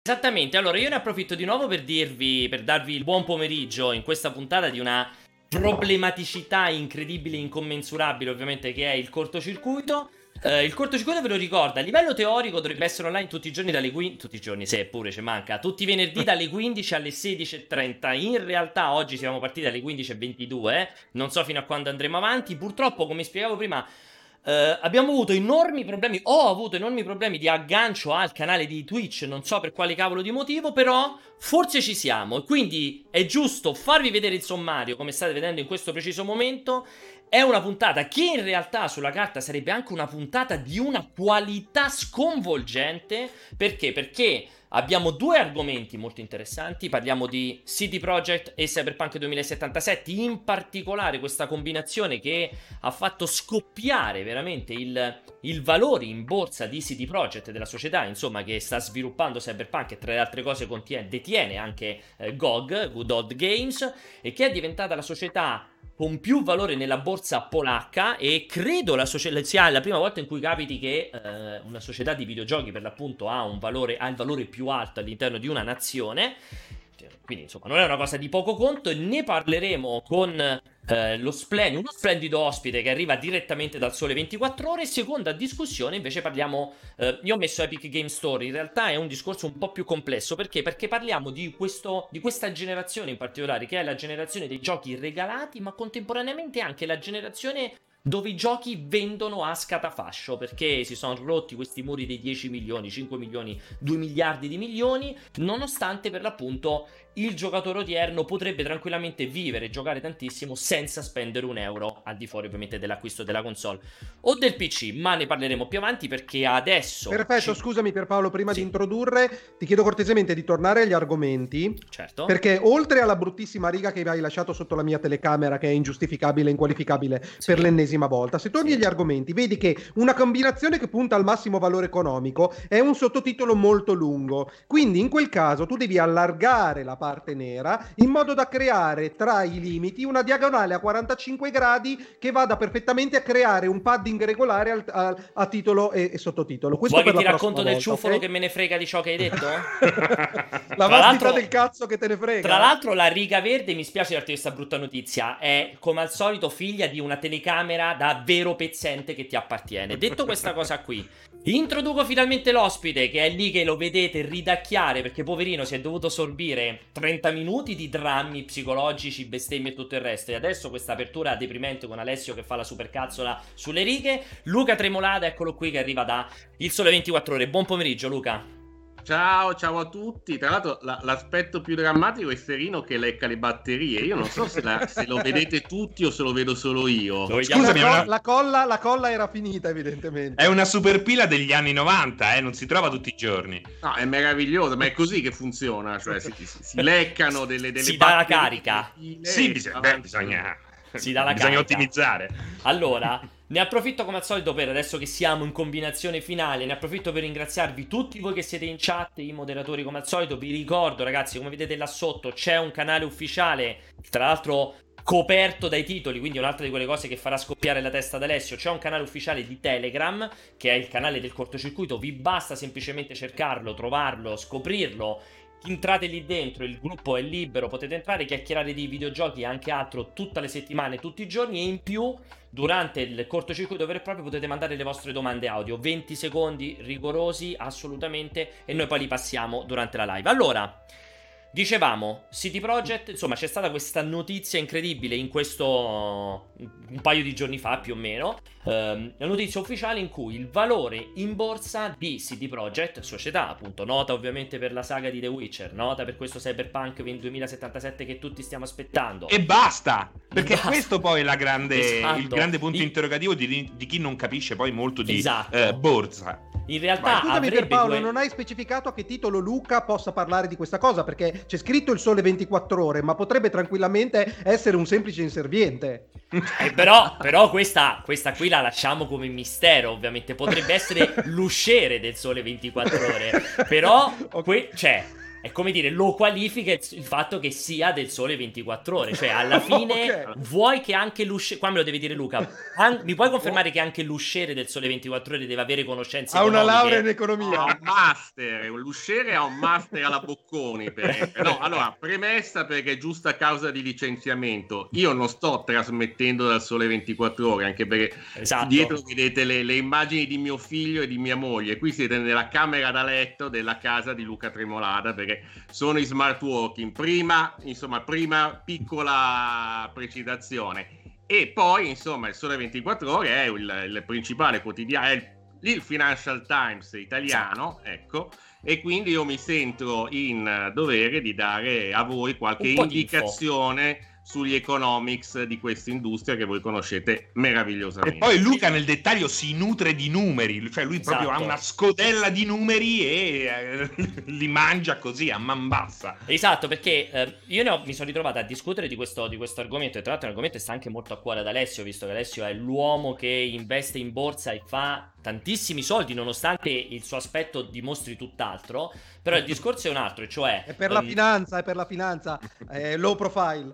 Esattamente, allora io ne approfitto di nuovo per darvi il buon pomeriggio in questa puntata di una problematicità incredibile e incommensurabile, ovviamente, che è il cortocircuito. Il cortocircuito, ve lo ricordo, a livello teorico dovrebbe essere online tutti i giorni dalle 15, tutti i giorni, se pure ci manca, tutti i venerdì dalle 15 alle 16:30. In realtà oggi siamo partiti alle 15:22, non so fino a quando andremo avanti. Purtroppo, come spiegavo prima, abbiamo avuto enormi problemi. Ho avuto enormi problemi di aggancio al canale di Twitch, non so per quale cavolo di motivo, però forse ci siamo. E quindi è giusto farvi vedere il sommario, come state vedendo in questo preciso momento. È una puntata che in realtà sulla carta sarebbe anche una puntata di una qualità sconvolgente. Perché? Perché abbiamo due argomenti molto interessanti. Parliamo di CD Projekt e Cyberpunk 2077, in particolare questa combinazione che ha fatto scoppiare veramente il valore in borsa di CD Projekt, della società insomma che sta sviluppando Cyberpunk e tra le altre cose detiene anche GOG, Good Old Games, e che è diventata la società con più valore nella borsa polacca. E credo sia la prima volta in cui capiti che una società di videogiochi per l'appunto ha il valore più alto all'interno di una nazione. Quindi insomma non è una cosa di poco conto, e ne parleremo con uno splendido ospite che arriva direttamente dal Sole 24 Ore. Seconda discussione invece parliamo, io ho messo Epic Game Store, in realtà è un discorso un po' più complesso. Perché? Perché parliamo di questa generazione in particolare, che è la generazione dei giochi regalati, ma contemporaneamente anche la generazione dove i giochi vendono a scatafascio, perché si sono rotti questi muri dei 10 milioni, 5 milioni, 2 miliardi di milioni, nonostante per l'appunto il giocatore odierno potrebbe tranquillamente vivere e giocare tantissimo senza spendere un euro, al di fuori ovviamente dell'acquisto della console o del PC, ma ne parleremo più avanti perché adesso... Perfetto, scusami Pierpaolo, prima di introdurre ti chiedo cortesemente di tornare agli argomenti. Certo. Perché oltre alla bruttissima riga che hai lasciato sotto la mia telecamera, che è ingiustificabile e inqualificabile per l'ennesima volta, se torni agli argomenti vedi che una combinazione che punta al massimo valore economico è un sottotitolo molto lungo, quindi in quel caso tu devi allargare la parte nera in modo da creare tra i limiti una diagonale a 45 gradi che vada perfettamente a creare un padding regolare a titolo e sottotitolo. Questo vuoi che ti racconto del ciuffolo, okay? Che me ne frega di ciò che hai detto? La vastità del cazzo che te ne frega. Tra l'altro la riga verde, mi spiace darti questa brutta notizia, è come al solito figlia di una telecamera da vero pezzente che ti appartiene. Detto questa cosa qui, introduco finalmente l'ospite, che è lì che lo vedete ridacchiare perché poverino si è dovuto sorbire 30 minuti di drammi psicologici, bestemmie e tutto il resto, e adesso questa apertura deprimente con Alessio che fa la supercazzola sulle righe. Luca Tremolada, eccolo qui, che arriva da Il Sole 24 Ore. Buon pomeriggio Luca. Ciao a tutti. Tra l'altro l'aspetto più drammatico è Serino che lecca le batterie. Io non so se lo vedete tutti o se lo vedo solo io. Scusami, la colla era finita evidentemente. È una super pila degli anni 90, non si trova tutti i giorni. No, è meraviglioso, ma è così che funziona. Cioè si leccano delle si dà la carica. Sì, bisogna ottimizzare. Allora, ne approfitto come al solito per, adesso che siamo in combinazione finale, ne approfitto per ringraziarvi tutti voi che siete in chat, i moderatori come al solito. Vi ricordo ragazzi, come vedete là sotto c'è un canale ufficiale, tra l'altro coperto dai titoli, quindi un'altra di quelle cose che farà scoppiare la testa ad Alessio. C'è un canale ufficiale di Telegram, che è il canale del cortocircuito. Vi basta semplicemente cercarlo, trovarlo, scoprirlo. Entrate lì dentro, il gruppo è libero, potete entrare, chiacchierare di videogiochi e anche altro tutte le settimane, tutti i giorni, e in più durante il cortocircuito vero e proprio potete mandare le vostre domande audio, 20 secondi rigorosi assolutamente, e noi poi li passiamo durante la live. Allora, dicevamo, CD Projekt, insomma c'è stata questa notizia incredibile in questo un paio di giorni fa più o meno, la notizia ufficiale in cui il valore in borsa di CD Projekt, società appunto nota ovviamente per la saga di The Witcher, nota per questo Cyberpunk 2077 che tutti stiamo aspettando, e basta, perché questo poi è il grande punto interrogativo di chi non capisce poi molto di borsa. In realtà scusami Pierpaolo, non hai specificato a che titolo Luca possa parlare di questa cosa, perché c'è scritto Il Sole 24 Ore, ma potrebbe tranquillamente essere un semplice inserviente. Però questa qui la lasciamo come mistero, ovviamente potrebbe essere l'usciere del Sole 24 Ore, però è come dire, lo qualifica il fatto che sia del Sole 24 Ore, cioè alla fine vuoi che anche l'usciere, qua me lo deve dire Luca, mi puoi confermare che anche l'usciere del Sole 24 Ore deve avere conoscenze economiche? Ha una laurea in economia. Ha un master, l'usciere ha un master alla Bocconi, no, allora, premessa, perché è giusta causa di licenziamento, io non sto trasmettendo dal Sole 24 Ore, anche perché dietro vedete le immagini di mio figlio e di mia moglie, qui siete nella camera da letto della casa di Luca Tremolada, perché sono in smart working. Prima piccola precisazione. E poi, insomma, il Sole 24 Ore è il principale quotidiano, è il Financial Times italiano, ecco, e quindi io mi sento in dovere di dare a voi qualche indicazione sugli economics di questa industria che voi conoscete meravigliosamente. E poi Luca nel dettaglio si nutre di numeri, cioè lui proprio ha una scodella di numeri e li mangia così a man bassa. Esatto, perché io mi sono ritrovato a discutere di questo argomento, e tra l'altro è un argomento che sta anche molto a cuore ad Alessio, visto che Alessio è l'uomo che investe in borsa e fa tantissimi soldi, nonostante il suo aspetto dimostri tutt'altro. Però il discorso è un altro, cioè è per la finanza, low profile.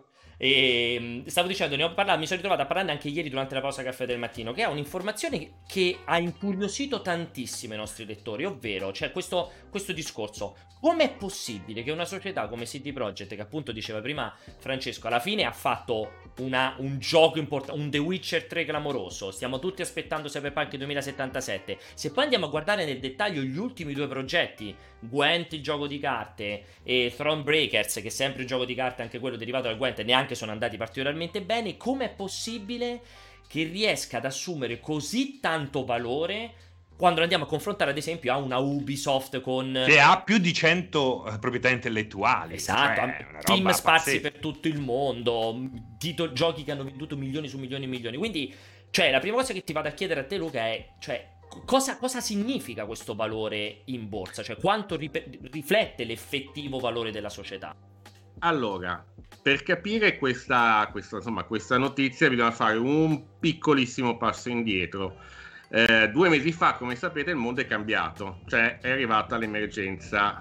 E stavo dicendo, ne ho parlato, mi sono ritrovato a parlarne anche ieri durante la pausa caffè del mattino, che è un'informazione che ha incuriosito tantissimo i nostri lettori, ovvero c'è questo discorso: com'è possibile che una società come CD Projekt, che appunto diceva prima Francesco, alla fine ha fatto un gioco importante, un The Witcher 3 clamoroso, stiamo tutti aspettando Cyberpunk 2077, se poi andiamo a guardare nel dettaglio gli ultimi due progetti, Gwent il gioco di carte e Thronebreakers, che è sempre un gioco di carte, anche quello derivato dal Gwent, neanche sono andati particolarmente bene, com'è possibile che riesca ad assumere così tanto valore quando andiamo a confrontare ad esempio a una Ubisoft che ha più di 100 proprietà intellettuali, esatto, cioè, team sparsi per tutto il mondo, giochi che hanno venduto milioni su milioni e milioni. Quindi, cioè, la prima cosa che ti vado a chiedere a te, Luca, è, cioè, cosa significa questo valore in borsa? Cioè, quanto riflette l'effettivo valore della società? Allora, per capire questa notizia bisogna fare un piccolissimo passo indietro. 2 mesi fa, come sapete, il mondo è cambiato, cioè è arrivata l'emergenza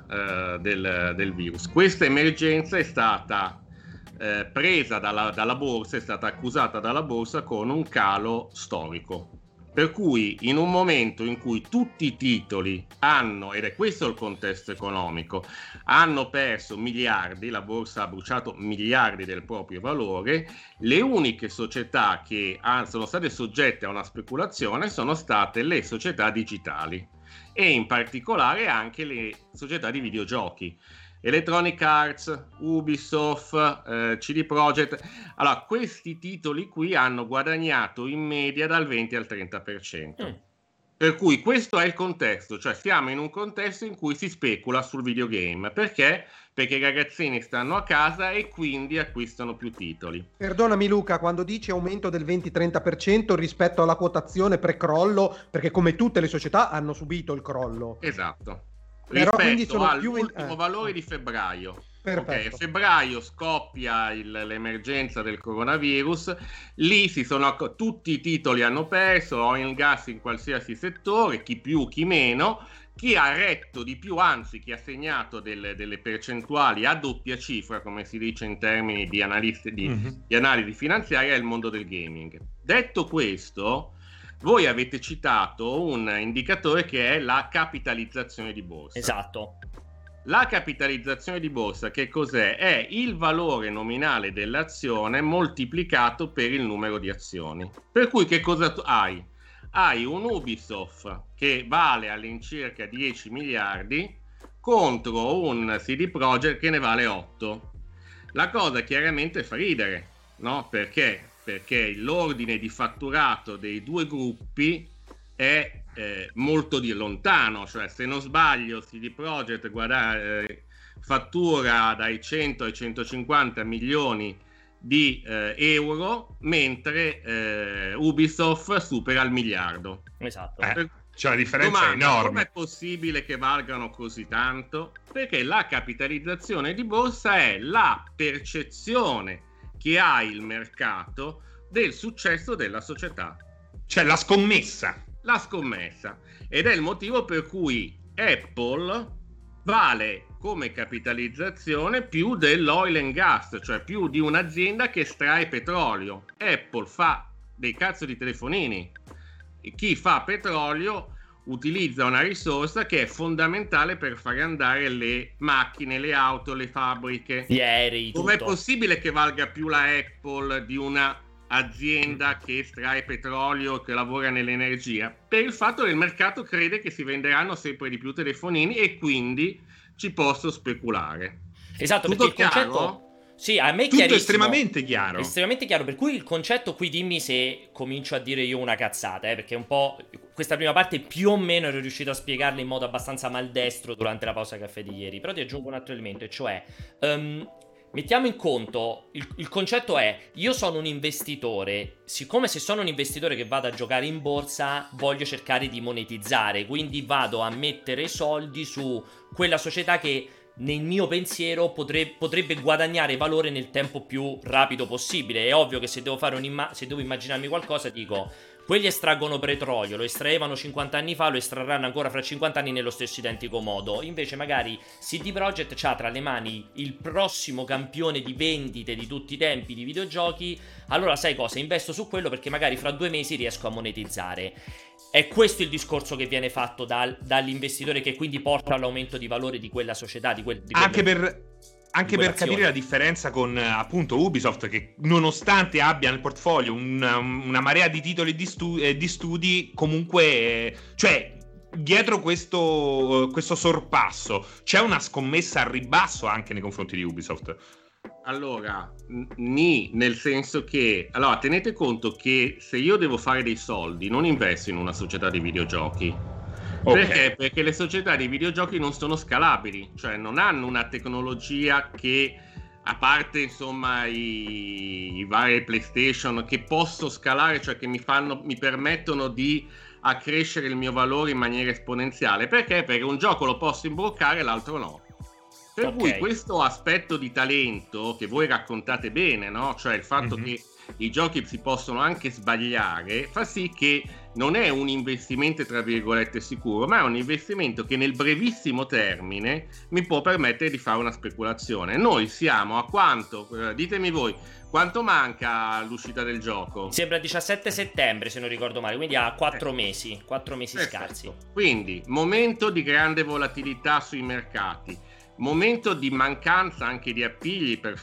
del virus. Questa emergenza è stata presa dalla borsa, è stata accusata dalla borsa con un calo storico. Per cui in un momento in cui tutti i titoli hanno, ed è questo il contesto economico, hanno perso miliardi, la borsa ha bruciato miliardi del proprio valore, le uniche società che sono state soggette a una speculazione sono state le società digitali e in particolare anche le società di videogiochi. Electronic Arts, Ubisoft, CD Projekt. Allora, questi titoli qui hanno guadagnato in media dal 20 al 30%. Per cui questo è il contesto, cioè siamo in un contesto in cui si specula sul videogame. Perché? Perché i ragazzini stanno a casa e quindi acquistano più titoli. Perdonami Luca, quando dici aumento del 20-30% rispetto alla quotazione pre-crollo, perché come tutte le società hanno subito il crollo. Esatto. Però Rispetto all'ultimo valore di febbraio. Okay, a febbraio scoppia l'emergenza del coronavirus, lì tutti i titoli hanno perso, oil and gas in qualsiasi settore, chi più chi meno, chi ha retto di più, anzi chi ha segnato delle percentuali a doppia cifra, come si dice in termini di analisi finanziaria, è il mondo del gaming. Detto questo, voi avete citato un indicatore che è la capitalizzazione di borsa. Esatto. La capitalizzazione di borsa che cos'è? È il valore nominale dell'azione moltiplicato per il numero di azioni. Per cui che cosa hai? Hai un Ubisoft che vale all'incirca 10 miliardi contro un CD Projekt che ne vale 8. La cosa chiaramente fa ridere, no? Perché? Perché l'ordine di fatturato dei due gruppi è molto lontano, cioè se non sbaglio CD Projekt fattura dai 100 ai 150 milioni di euro, mentre Ubisoft supera il miliardo. Esatto. C'è una differenza enorme. Come è possibile che valgano così tanto? Perché la capitalizzazione di borsa è la percezione che ha il mercato del successo della società. Cioè la scommessa. La scommessa. Ed è il motivo per cui Apple vale come capitalizzazione più dell'oil and gas, cioè più di un'azienda che estrae petrolio. Apple fa dei cazzo di telefonini e chi fa petrolio utilizza una risorsa che è fondamentale per fare andare le macchine, le auto, le fabbriche. Gli aerei, tutto. Com'è possibile che valga più la Apple di una azienda che estrae petrolio, che lavora nell'energia? Per il fatto che il mercato crede che si venderanno sempre di più telefonini e quindi ci posso speculare. Esatto, Tutto perché il chiaro? concetto... Sì, a me è Tutto chiarissimo. estremamente chiaro. Estremamente chiaro, per cui il concetto qui, dimmi se comincio a dire io una cazzata, perché un po' questa prima parte più o meno ero riuscito a spiegarla in modo abbastanza maldestro durante la pausa caffè di ieri, però ti aggiungo un altro elemento, e cioè mettiamo in conto, il concetto è, io sono un investitore, siccome se sono un investitore che vado a giocare in borsa, voglio cercare di monetizzare, quindi vado a mettere soldi su quella società che nel mio pensiero potrebbe guadagnare valore nel tempo più rapido possibile. È ovvio che se devo fare se devo immaginarmi qualcosa, dico, quelli estraggono petrolio, lo estraevano 50 anni fa, lo estrarranno ancora fra 50 anni nello stesso identico modo. Invece magari CD Projekt c'ha tra le mani il prossimo campione di vendite di tutti i tempi di videogiochi, allora sai cosa, investo su quello perché magari fra 2 mesi riesco a monetizzare. È questo il discorso che viene fatto dall'investitore, che quindi porta all'aumento di valore di quella società, anche per capire la differenza con appunto Ubisoft, che nonostante abbia nel portfolio una marea di titoli di studi, comunque cioè dietro questo sorpasso c'è una scommessa al ribasso anche nei confronti di Ubisoft. Allora, nel senso che, allora, tenete conto che se io devo fare dei soldi non investo in una società di videogiochi. Okay. Perché? Perché le società di videogiochi non sono scalabili, cioè non hanno una tecnologia che, a parte insomma i vari PlayStation, che posso scalare, cioè che mi permettono di accrescere il mio valore in maniera esponenziale. Perché? Perché un gioco lo posso imbroccare e l'altro no. Per cui questo aspetto di talento che voi raccontate bene, no? Cioè il fatto che i giochi si possono anche sbagliare, fa sì che non è un investimento tra virgolette sicuro, ma è un investimento che nel brevissimo termine mi può permettere di fare una speculazione. Noi siamo a quanto, ditemi voi, quanto manca all'uscita del gioco? Sembra 17 settembre se non ricordo male, quindi ha 4 mesi Perfetto. scarsi. Quindi momento di grande volatilità sui mercati, momento di mancanza anche di appigli per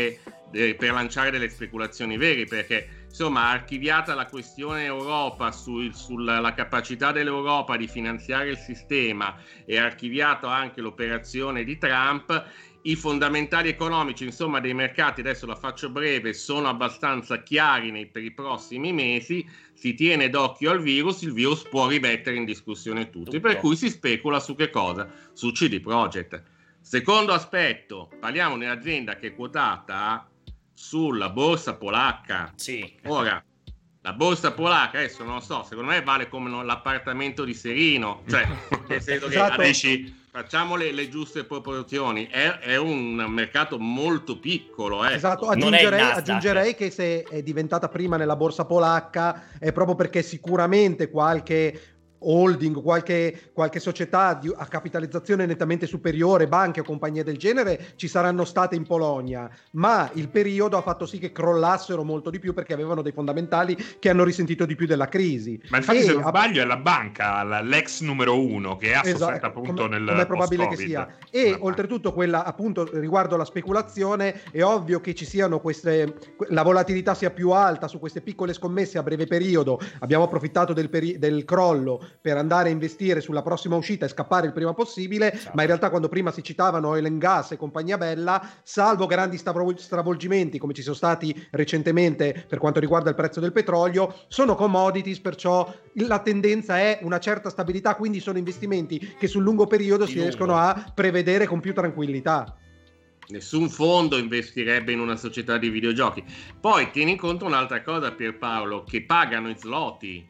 lanciare delle speculazioni vere, perché insomma archiviata la questione Europa sulla capacità dell'Europa di finanziare il sistema, e archiviato anche l'operazione di Trump, i fondamentali economici insomma dei mercati, adesso la faccio breve, sono abbastanza chiari per i prossimi mesi. Si tiene d'occhio al virus, il virus può rimettere in discussione tutto. Per cui si specula su che cosa? Su CD Projekt. Secondo aspetto, parliamo di un'azienda che è quotata sulla borsa polacca. Sì. Ora, la borsa polacca, adesso non lo so, secondo me vale come l'appartamento di Serino, cioè nel senso che adesso facciamo le giuste proporzioni, è un mercato molto piccolo. Esatto, aggiungerei che se è diventata prima nella borsa polacca è proprio perché sicuramente qualche holding, qualche società a capitalizzazione nettamente superiore, banche o compagnie del genere ci saranno state in Polonia, ma il periodo ha fatto sì che crollassero molto di più perché avevano dei fondamentali che hanno risentito di più della crisi. Ma infatti se non sbaglio è la banca, l'ex numero 1 che ha sofferto appunto nel come è probabile che sia. E oltretutto quella appunto riguardo alla speculazione, è ovvio che ci siano la volatilità sia più alta su queste piccole scommesse a breve periodo. Abbiamo approfittato del crollo per andare a investire sulla prossima uscita e scappare il prima possibile, esatto. Ma in realtà quando prima si citavano oil and gas e compagnia bella, salvo grandi stravolgimenti come ci sono stati recentemente per quanto riguarda il prezzo del petrolio, sono commodities, perciò la tendenza è una certa stabilità, quindi sono investimenti che sul lungo periodo si riescono a prevedere con più tranquillità. Nessun fondo investirebbe in una società di videogiochi. Poi tieni in conto un'altra cosa, Pierpaolo, che pagano in zloty.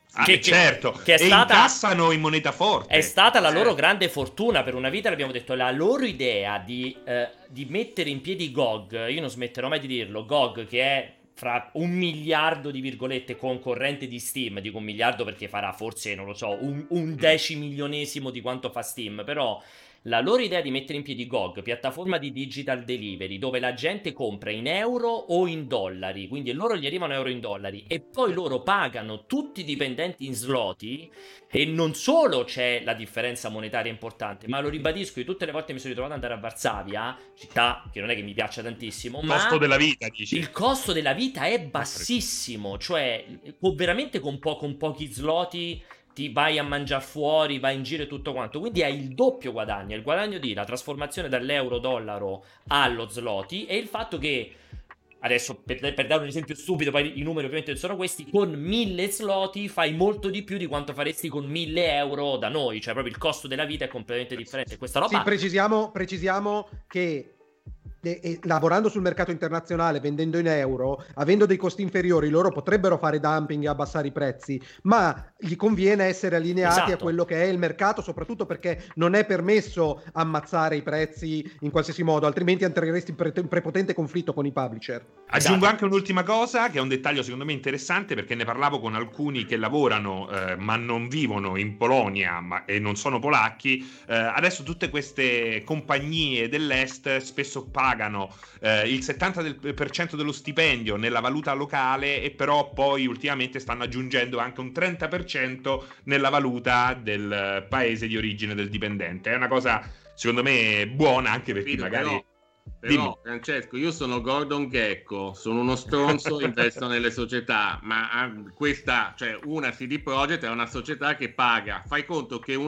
Certo, che è stata, incassano in moneta forte. È stata la loro grande fortuna per una vita, l'abbiamo detto, la loro idea di mettere in piedi GOG, io non smetterò mai di dirlo, GOG, che è fra 1 miliardo di virgolette concorrente di Steam, dico 1 miliardo perché farà forse, non lo so, un decimilionesimo di quanto fa Steam, però la loro idea di mettere in piedi GOG, piattaforma di digital delivery, dove la gente compra in euro o in dollari, quindi loro gli arrivano euro in dollari, e poi loro pagano tutti i dipendenti in zloty, e non solo c'è la differenza monetaria importante, ma lo ribadisco, io tutte le volte mi sono ritrovato ad andare a Varsavia, città che non è che mi piaccia tantissimo, ma costo della vita, dici. il costo della vita è bassissimo, cioè veramente con pochi zloty ti vai a mangiare fuori, vai in giro e tutto quanto, quindi hai il doppio guadagno, il guadagno di la trasformazione dall'euro-dollaro allo zloty, e il fatto che, adesso per dare un esempio stupido, poi i numeri ovviamente non sono questi, con 1000 zloty fai molto di più di quanto faresti con 1000 euro da noi, cioè proprio il costo della vita è completamente differente. Questa roba... Sì, precisiamo che lavorando sul mercato internazionale, vendendo in euro, avendo dei costi inferiori, loro potrebbero fare dumping e abbassare i prezzi, ma gli conviene essere allineati a quello che è il mercato, soprattutto perché non è permesso ammazzare i prezzi in qualsiasi modo, altrimenti entreresti in prepotente conflitto con i publisher. Aggiungo anche un'ultima cosa, che è un dettaglio secondo me interessante, perché ne parlavo con alcuni che lavorano ma non vivono in Polonia e non sono polacchi. Adesso tutte queste compagnie dell'est spesso pagano il 70% dello stipendio nella valuta locale, e però poi ultimamente stanno aggiungendo anche un 30% nella valuta del paese di origine del dipendente. È una cosa secondo me buona, anche perché magari... Però Francesco, io sono Gordon Gekko, sono uno stronzo, investo nelle società, ma questa, cioè una CD Projekt è una società che paga, fai conto che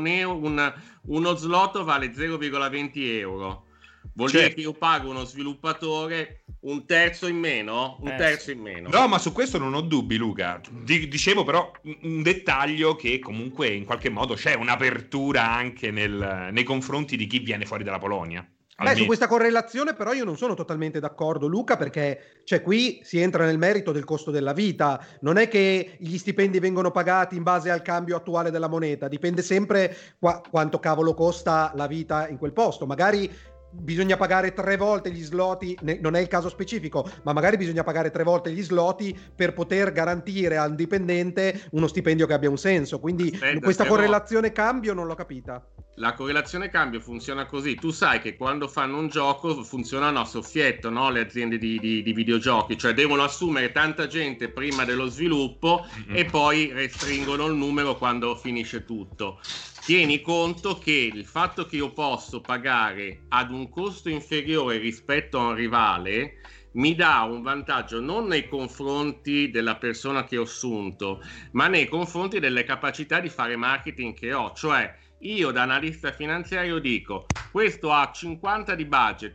uno zloto vale 0,20 euro. Vuol dire che io pago uno sviluppatore un terzo in meno? No, ma su questo non ho dubbi, Luca. Dicevo però un dettaglio, che comunque in qualche modo c'è un'apertura anche nei confronti di chi viene fuori dalla Polonia. Su questa correlazione però io non sono totalmente d'accordo, Luca, perché qui si entra nel merito del costo della vita. Non è che gli stipendi vengono pagati in base al cambio attuale della moneta, dipende sempre quanto cavolo costa la vita in quel posto. Magari bisogna pagare 3 volte gli zloty, non è il caso specifico, ma magari bisogna pagare 3 volte gli zloty per poter garantire al dipendente uno stipendio che abbia un senso. Quindi questa correlazione cambio non l'ho capita. La correlazione cambio funziona così: tu sai che quando fanno un gioco funzionano a soffietto, no? Le aziende di videogiochi, cioè devono assumere tanta gente prima dello sviluppo e poi restringono il numero quando finisce tutto. Tieni conto che il fatto che io posso pagare ad un costo inferiore rispetto a un rivale mi dà un vantaggio non nei confronti della persona che ho assunto, ma nei confronti delle capacità di fare marketing che ho. Cioè, io da analista finanziario dico: questo ha 50 di budget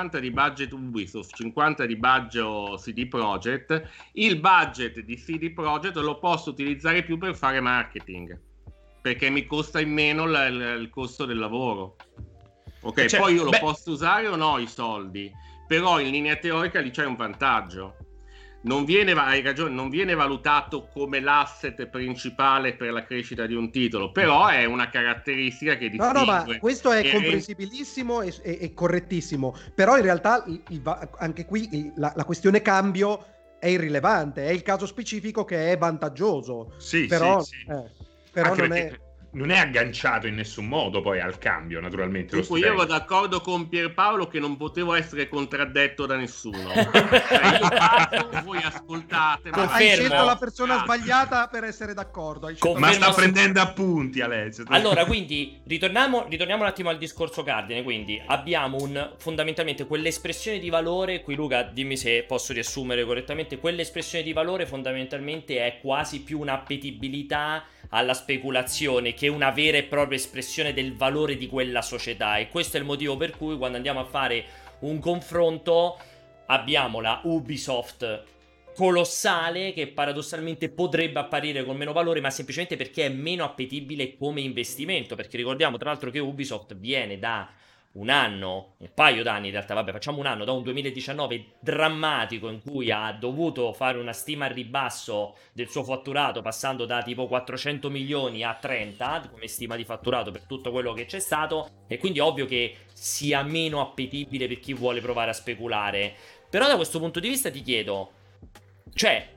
Ubisoft, 50 di budget CD Projekt, il budget di CD Projekt lo posso utilizzare più per fare marketing, perché mi costa in meno il costo del lavoro. Ok, cioè, poi io lo posso usare o no i soldi, però in linea teorica lì c'è un vantaggio. Hai ragione, non viene valutato come l'asset principale per la crescita di un titolo, però è una caratteristica che distingue. No, ma questo è comprensibilissimo e correttissimo, però in realtà anche qui la questione cambio è irrilevante, è il caso specifico che è vantaggioso. Sì, però, sì. Però non è agganciato in nessun modo poi al cambio, naturalmente. Dunque, io ero d'accordo con Pierpaolo che non potevo essere contraddetto da nessuno. Voi ascoltate. Ma hai scelto la persona sbagliata per essere d'accordo. Ma sta prendendo appunti, Alessio. Allora, quindi ritorniamo un attimo al discorso cardine. Quindi abbiamo fondamentalmente quell'espressione di valore. Qui, Luca, dimmi se posso riassumere correttamente. Quell'espressione di valore fondamentalmente è quasi più un'appetibilità alla speculazione che una vera e propria espressione del valore di quella società, e questo è il motivo per cui quando andiamo a fare un confronto abbiamo la Ubisoft colossale che paradossalmente potrebbe apparire con meno valore, ma semplicemente perché è meno appetibile come investimento, perché ricordiamo tra l'altro che Ubisoft viene da un paio d'anni in realtà, facciamo un anno, da un 2019 drammatico in cui ha dovuto fare una stima al ribasso del suo fatturato, passando da tipo 400 milioni a 30 come stima di fatturato per tutto quello che c'è stato, e quindi è ovvio che sia meno appetibile per chi vuole provare a speculare. Però da questo punto di vista ti chiedo, cioè,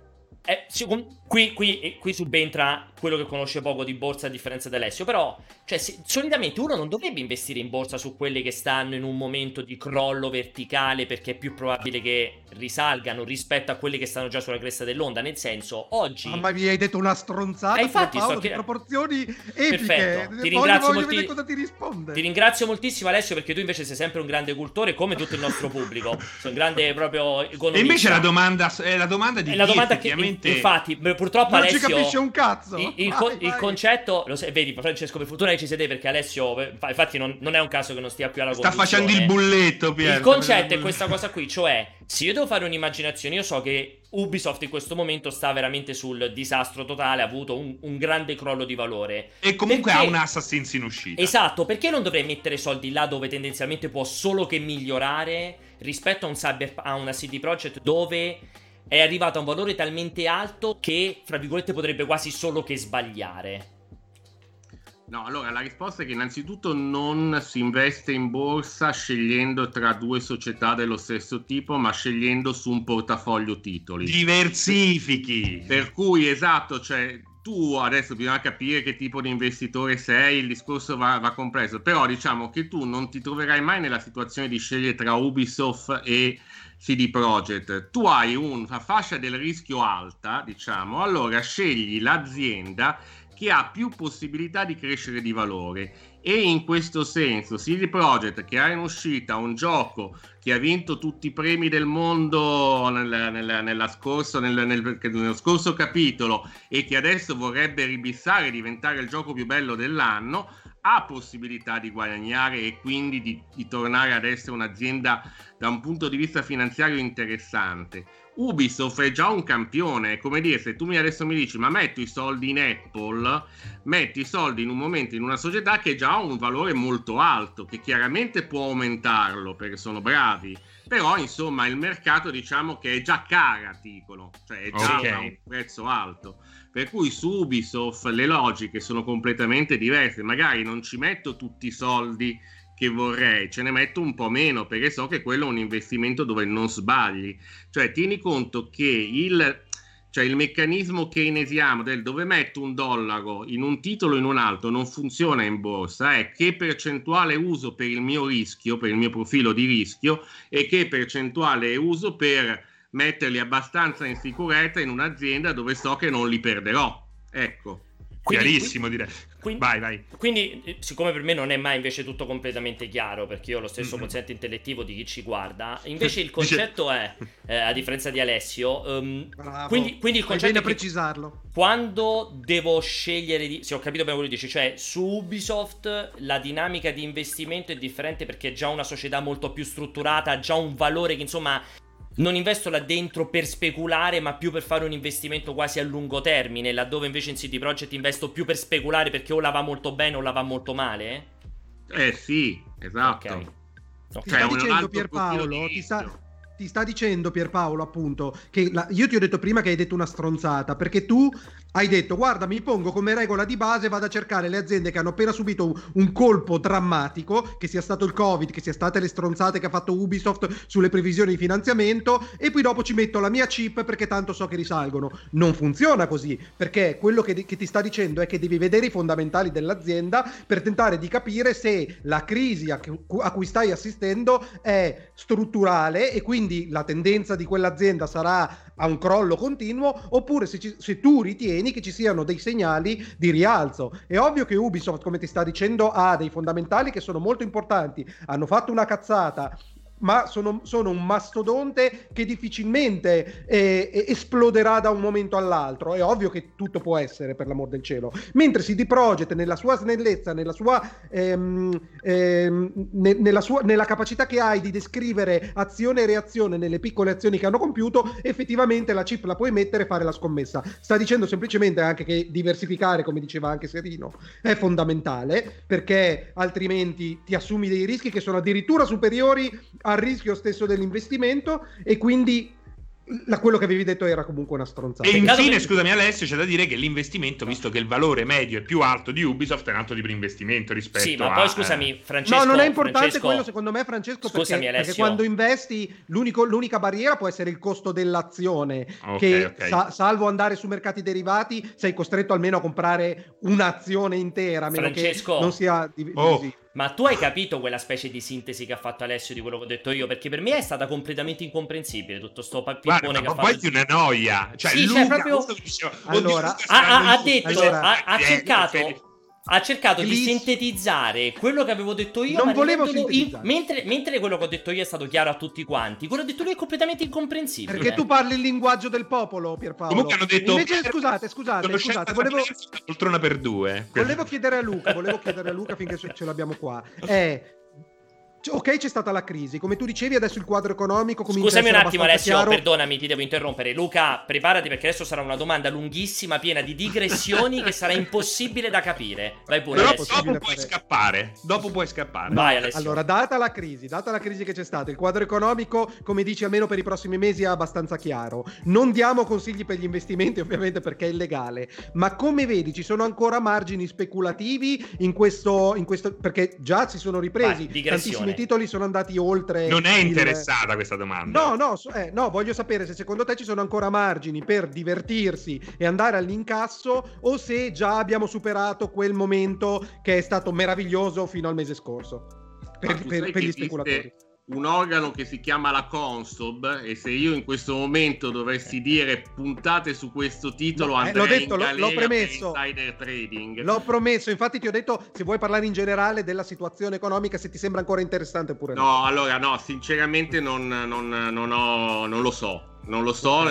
Qui subentra quello che conosce poco di borsa a differenza di Alessio, però cioè, solitamente uno non dovrebbe investire in borsa su quelle che stanno in un momento di crollo verticale, perché è più probabile che risalgano rispetto a quelle che stanno già sulla cresta dell'onda. Nel senso, oggi ma mi hai detto una stronzata, infatti Paolo, di proporzioni epiche. Perfetto, ti ringrazio vedere cosa ti risponde. Ti ringrazio moltissimo, Alessio, perché tu invece sei sempre un grande cultore, come tutto il nostro pubblico. Sei un grande proprio economista. E invece la domanda di la domanda effettivamente... infatti, purtroppo non Alessio ci capisce un cazzo. Il concetto, lo sai, vedi Francesco, per fortuna che ci siete, perché Alessio infatti non è un caso che non stia qui alla conduzione. Sta facendo il bulletto, Pier. Il concetto è questa cosa qui, cioè se io devo fare un'immaginazione, io so che Ubisoft in questo momento sta veramente sul disastro totale, ha avuto un grande crollo di valore e comunque ha un Assassin's in uscita. Esatto, perché non dovrei mettere soldi là dove tendenzialmente può solo che migliorare rispetto a una CD Projekt dove è arrivato a un valore talmente alto che, fra virgolette, potrebbe quasi solo che sbagliare? No, allora la risposta è che innanzitutto non si investe in borsa scegliendo tra due società dello stesso tipo, ma scegliendo su un portafoglio titoli. Diversifichi! Per cui, esatto, cioè tu adesso bisogna capire che tipo di investitore sei, il discorso va compreso, però diciamo che tu non ti troverai mai nella situazione di scegliere tra Ubisoft e CD Projekt. Tu hai una fascia del rischio alta, diciamo, allora scegli l'azienda che ha più possibilità di crescere di valore, e in questo senso CD Projekt, che ha in uscita un gioco che ha vinto tutti i premi del mondo nello scorso capitolo e che adesso vorrebbe ribissare e diventare il gioco più bello dell'anno, ha possibilità di guadagnare e quindi di tornare ad essere un'azienda da un punto di vista finanziario interessante. Ubisoft è già un campione, è come dire, se tu adesso mi dici ma metto i soldi in Apple, metti i soldi in un momento in una società che già ha un valore molto alto, che chiaramente può aumentarlo perché sono bravi, però insomma il mercato diciamo che è già cara, dicono, cioè è già a un prezzo alto, per cui su Ubisoft le logiche sono completamente diverse. Magari non ci metto tutti i soldi che vorrei, ce ne metto un po' meno perché so che quello è un investimento dove non sbagli, cioè tieni conto che il meccanismo keynesiano del dove metto $1 in un titolo o in un altro non funziona in borsa, è che percentuale uso per il mio rischio, per il mio profilo di rischio, e che percentuale uso per metterli abbastanza in sicurezza in un'azienda dove so che non li perderò, ecco. Chiarissimo, direi. Vai. Quindi, siccome per me non è mai invece tutto completamente chiaro, perché io ho lo stesso quoziente intellettivo di chi ci guarda, invece il concetto è, a differenza di Alessio, quindi il concetto è precisarlo. Quando devo scegliere se ho capito bene quello che dici, cioè su Ubisoft la dinamica di investimento è differente perché è già una società molto più strutturata, ha già un valore che insomma non investo là dentro per speculare, ma più per fare un investimento quasi a lungo termine, laddove invece in CD Projekt investo più per speculare perché o la va molto bene o la va molto male? Sì, esatto. Okay. Ti sta dicendo Pierpaolo, ti sta dicendo Pierpaolo appunto che io ti ho detto prima che hai detto una stronzata, perché tu hai detto guarda, mi pongo come regola di base, vado a cercare le aziende che hanno appena subito un colpo drammatico, che sia stato il Covid, che sia state le stronzate che ha fatto Ubisoft sulle previsioni di finanziamento, e poi dopo ci metto la mia chip perché tanto so che risalgono. Non funziona così, perché quello che ti sta dicendo è che devi vedere i fondamentali dell'azienda per tentare di capire se la crisi a cui stai assistendo è strutturale e quindi la tendenza di quell'azienda sarà a un crollo continuo, oppure se tu ritieni che ci siano dei segnali di rialzo. È ovvio che Ubisoft, come ti sta dicendo, ha dei fondamentali che sono molto importanti, hanno fatto una cazzata, ma sono un mastodonte che difficilmente esploderà da un momento all'altro. È ovvio che tutto può essere, per l'amor del cielo. Mentre CD Projekt, nella sua snellezza, nella capacità che hai di descrivere azione e reazione nelle piccole azioni che hanno compiuto, effettivamente la chip la puoi mettere e fare la scommessa. Sta dicendo semplicemente anche che diversificare, come diceva anche Serino, è fondamentale, perché altrimenti ti assumi dei rischi che sono addirittura superiori al rischio stesso dell'investimento, e quindi quello che avevi detto era comunque una stronzata. E infine, scusami Alessio, c'è da dire che l'investimento, visto che il valore medio è più alto di Ubisoft, è un altro tipo di investimento rispetto Sì, ma poi scusami Francesco. No, non è importante quello secondo me, Francesco, scusami, perché quando investi l'unica barriera può essere il costo dell'azione, salvo andare su mercati derivati sei costretto almeno a comprare un'azione intera, a meno Francesco, che non sia divisivo. Ma tu hai capito quella specie di sintesi che ha fatto Alessio di quello che ho detto io? Perché per me è stata completamente incomprensibile tutto sto pippone che ha fatto. Ma poi di una noia. Cioè, sì, Luca, proprio... Allora, ha cercato di sintetizzare quello che avevo detto io. Non volevo sintetizzare. Mentre quello che ho detto io è stato chiaro a tutti quanti, quello che ho detto lui è completamente incomprensibile. Perché tu parli il linguaggio del popolo, Pierpaolo. Comunque hanno detto invece, scusate, poltrona per due. Volevo chiedere a Luca finché ce l'abbiamo qua. Ok, c'è stata la crisi, come tu dicevi adesso il quadro economico comincia Scusami a essere un attimo Alessio, chiaro. Perdonami, ti devo interrompere. Luca, preparati perché adesso sarà una domanda lunghissima, piena di digressioni che sarà impossibile da capire. Vai pure però Alessio. Dopo puoi scappare. Vai Alessio. Allora, data la crisi che c'è stata, il quadro economico, come dici, almeno per i prossimi mesi è abbastanza chiaro. Non diamo consigli per gli investimenti ovviamente perché è illegale, ma come vedi ci sono ancora margini speculativi in questo perché già si sono ripresi, tantissimi titoli sono andati oltre. Non è interessata questa domanda. No, voglio sapere se secondo te ci sono ancora margini per divertirsi e andare all'incasso o se già abbiamo superato quel momento che è stato meraviglioso fino al mese scorso per gli speculatori. Un organo che si chiama la Consob, e se io in questo momento dovessi dire puntate su questo titolo andrei in galera l'ho premesso, per insider trading. L'ho promesso, infatti ti ho detto se vuoi parlare in generale della situazione economica, se ti sembra ancora interessante oppure no. Allora no, sinceramente non lo so. Non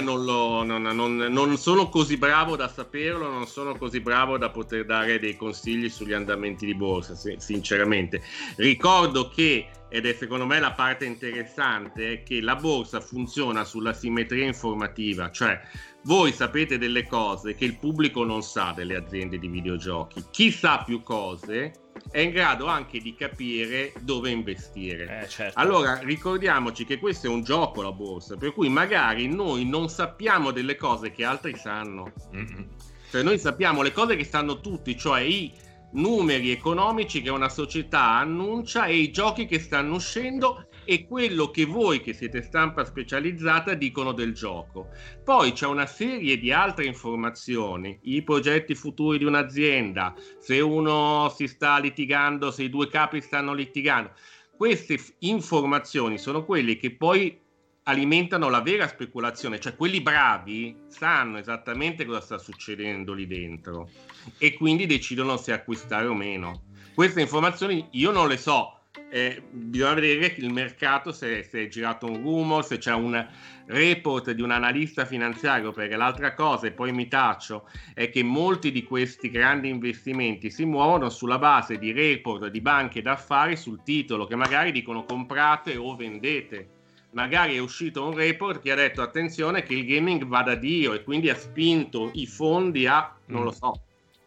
sono così bravo da saperlo, non sono così bravo da poter dare dei consigli sugli andamenti di borsa, sinceramente. Ricordo che, ed è secondo me la parte interessante, è che la borsa funziona sulla simmetria informativa, cioè voi sapete delle cose che il pubblico non sa delle aziende di videogiochi. Chi sa più cose è in grado anche di capire dove investire. Certo. Allora ricordiamoci che questo è un gioco, la borsa, per cui magari noi non sappiamo delle cose che altri sanno. Cioè noi sappiamo le cose che sanno tutti, cioè i numeri economici che una società annuncia e i giochi che stanno uscendo e quello che voi che siete stampa specializzata dicono del gioco. Poi c'è una serie di altre informazioni, i progetti futuri di un'azienda, se uno si sta litigando, se i due capi stanno litigando. Queste informazioni sono quelle che poi alimentano la vera speculazione, cioè quelli bravi sanno esattamente cosa sta succedendo lì dentro e quindi decidono se acquistare o meno. Queste informazioni io non le so. Bisogna vedere che il mercato se è girato un rumor, se c'è un report di un analista finanziario, perché l'altra cosa, e poi mi taccio, è che molti di questi grandi investimenti si muovono sulla base di report di banche d'affari sul titolo, che magari dicono comprate o vendete. Magari è uscito un report che ha detto attenzione che il gaming va da Dio e quindi ha spinto i fondi a non lo so.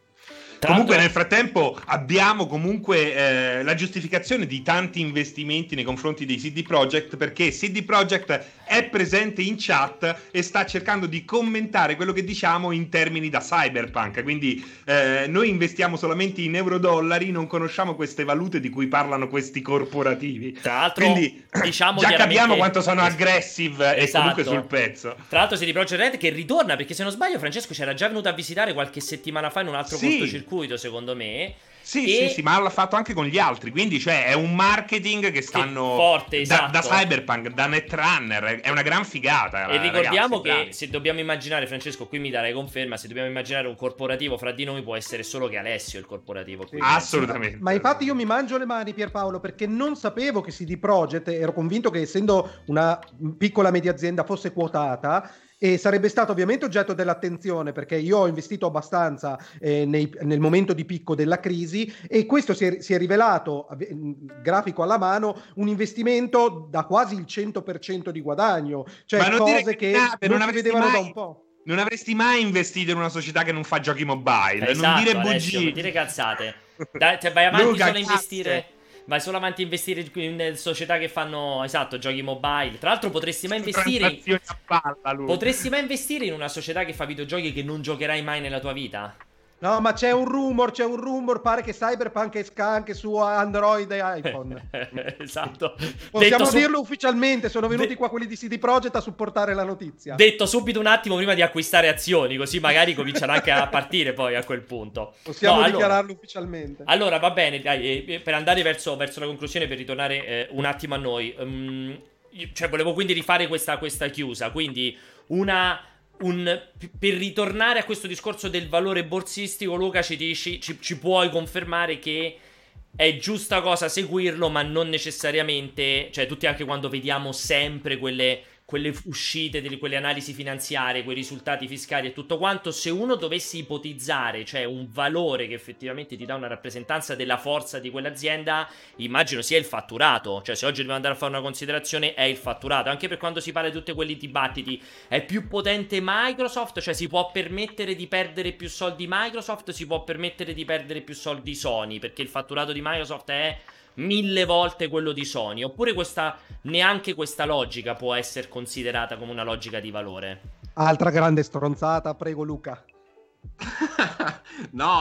Comunque nel frattempo abbiamo comunque la giustificazione di tanti investimenti nei confronti dei CD Projekt, perché CD Projekt è presente in chat e sta cercando di commentare quello che diciamo in termini da cyberpunk, quindi noi investiamo solamente in euro-dollari, non conosciamo queste valute di cui parlano questi corporativi. Tra l'altro, quindi diciamo già capiamo quanto sono aggressive e comunque sul pezzo. Tra l'altro CD Projekt Red che ritorna, perché se non sbaglio Francesco c'era già venuto a visitare qualche settimana fa in un altro cortocircuito, secondo me. Sì, ma l'ha fatto anche con gli altri, quindi cioè è un marketing che stanno forte, da Cyberpunk, da Netrunner, è una gran figata. E ricordiamo che se dobbiamo immaginare, Francesco, qui mi darai conferma, se dobbiamo immaginare un corporativo fra di noi può essere solo che Alessio il corporativo. Sì, assolutamente. Ma infatti io mi mangio le mani, Pierpaolo, perché non sapevo che CD Projekt, ero convinto che essendo una piccola media azienda fosse quotata, e sarebbe stato ovviamente oggetto dell'attenzione perché io ho investito abbastanza nel momento di picco della crisi e questo si è rivelato, grafico alla mano, un investimento da quasi il 100% di guadagno, cioè cose che non si vedevano da un po'. Non avresti mai investito in una società che non fa giochi mobile, esatto, non dire bugie, non dire cazzate. Dai, vai avanti solo a investire. vai solo avanti a investire in società che fanno, esatto, giochi mobile. Tra l'altro potresti mai investire potresti mai investire in una società che fa videogiochi che non giocherai mai nella tua vita? No, ma c'è un rumor, pare che Cyberpunk esca anche su Android e iPhone. Esatto. Possiamo dirlo ufficialmente, sono venuti qua quelli di CD Projekt a supportare la notizia. Detto subito un attimo prima di acquistare azioni, così magari cominciano anche a partire poi a quel punto. Possiamo dichiararlo ufficialmente. Allora, va bene, dai, per andare verso la conclusione, per ritornare un attimo a noi. Cioè, volevo quindi rifare questa chiusa, quindi per ritornare a questo discorso del valore borsistico, Luca, ci puoi confermare che è giusta cosa seguirlo, ma non necessariamente, cioè tutti anche quando vediamo sempre quelle uscite, quelle analisi finanziarie, quei risultati fiscali e tutto quanto, se uno dovesse ipotizzare, cioè un valore che effettivamente ti dà una rappresentanza della forza di quell'azienda, immagino sia il fatturato. Cioè, se oggi dobbiamo andare a fare una considerazione, è il fatturato. Anche per quando si parla di tutti quelli dibattiti, è più potente Microsoft? Cioè, si può permettere di perdere più soldi Microsoft, si può permettere di perdere più soldi Sony, perché il fatturato di Microsoft è 1000 volte quello di Sony, oppure neanche questa logica può essere considerata come una logica di valore? Altra grande stronzata, prego Luca. No,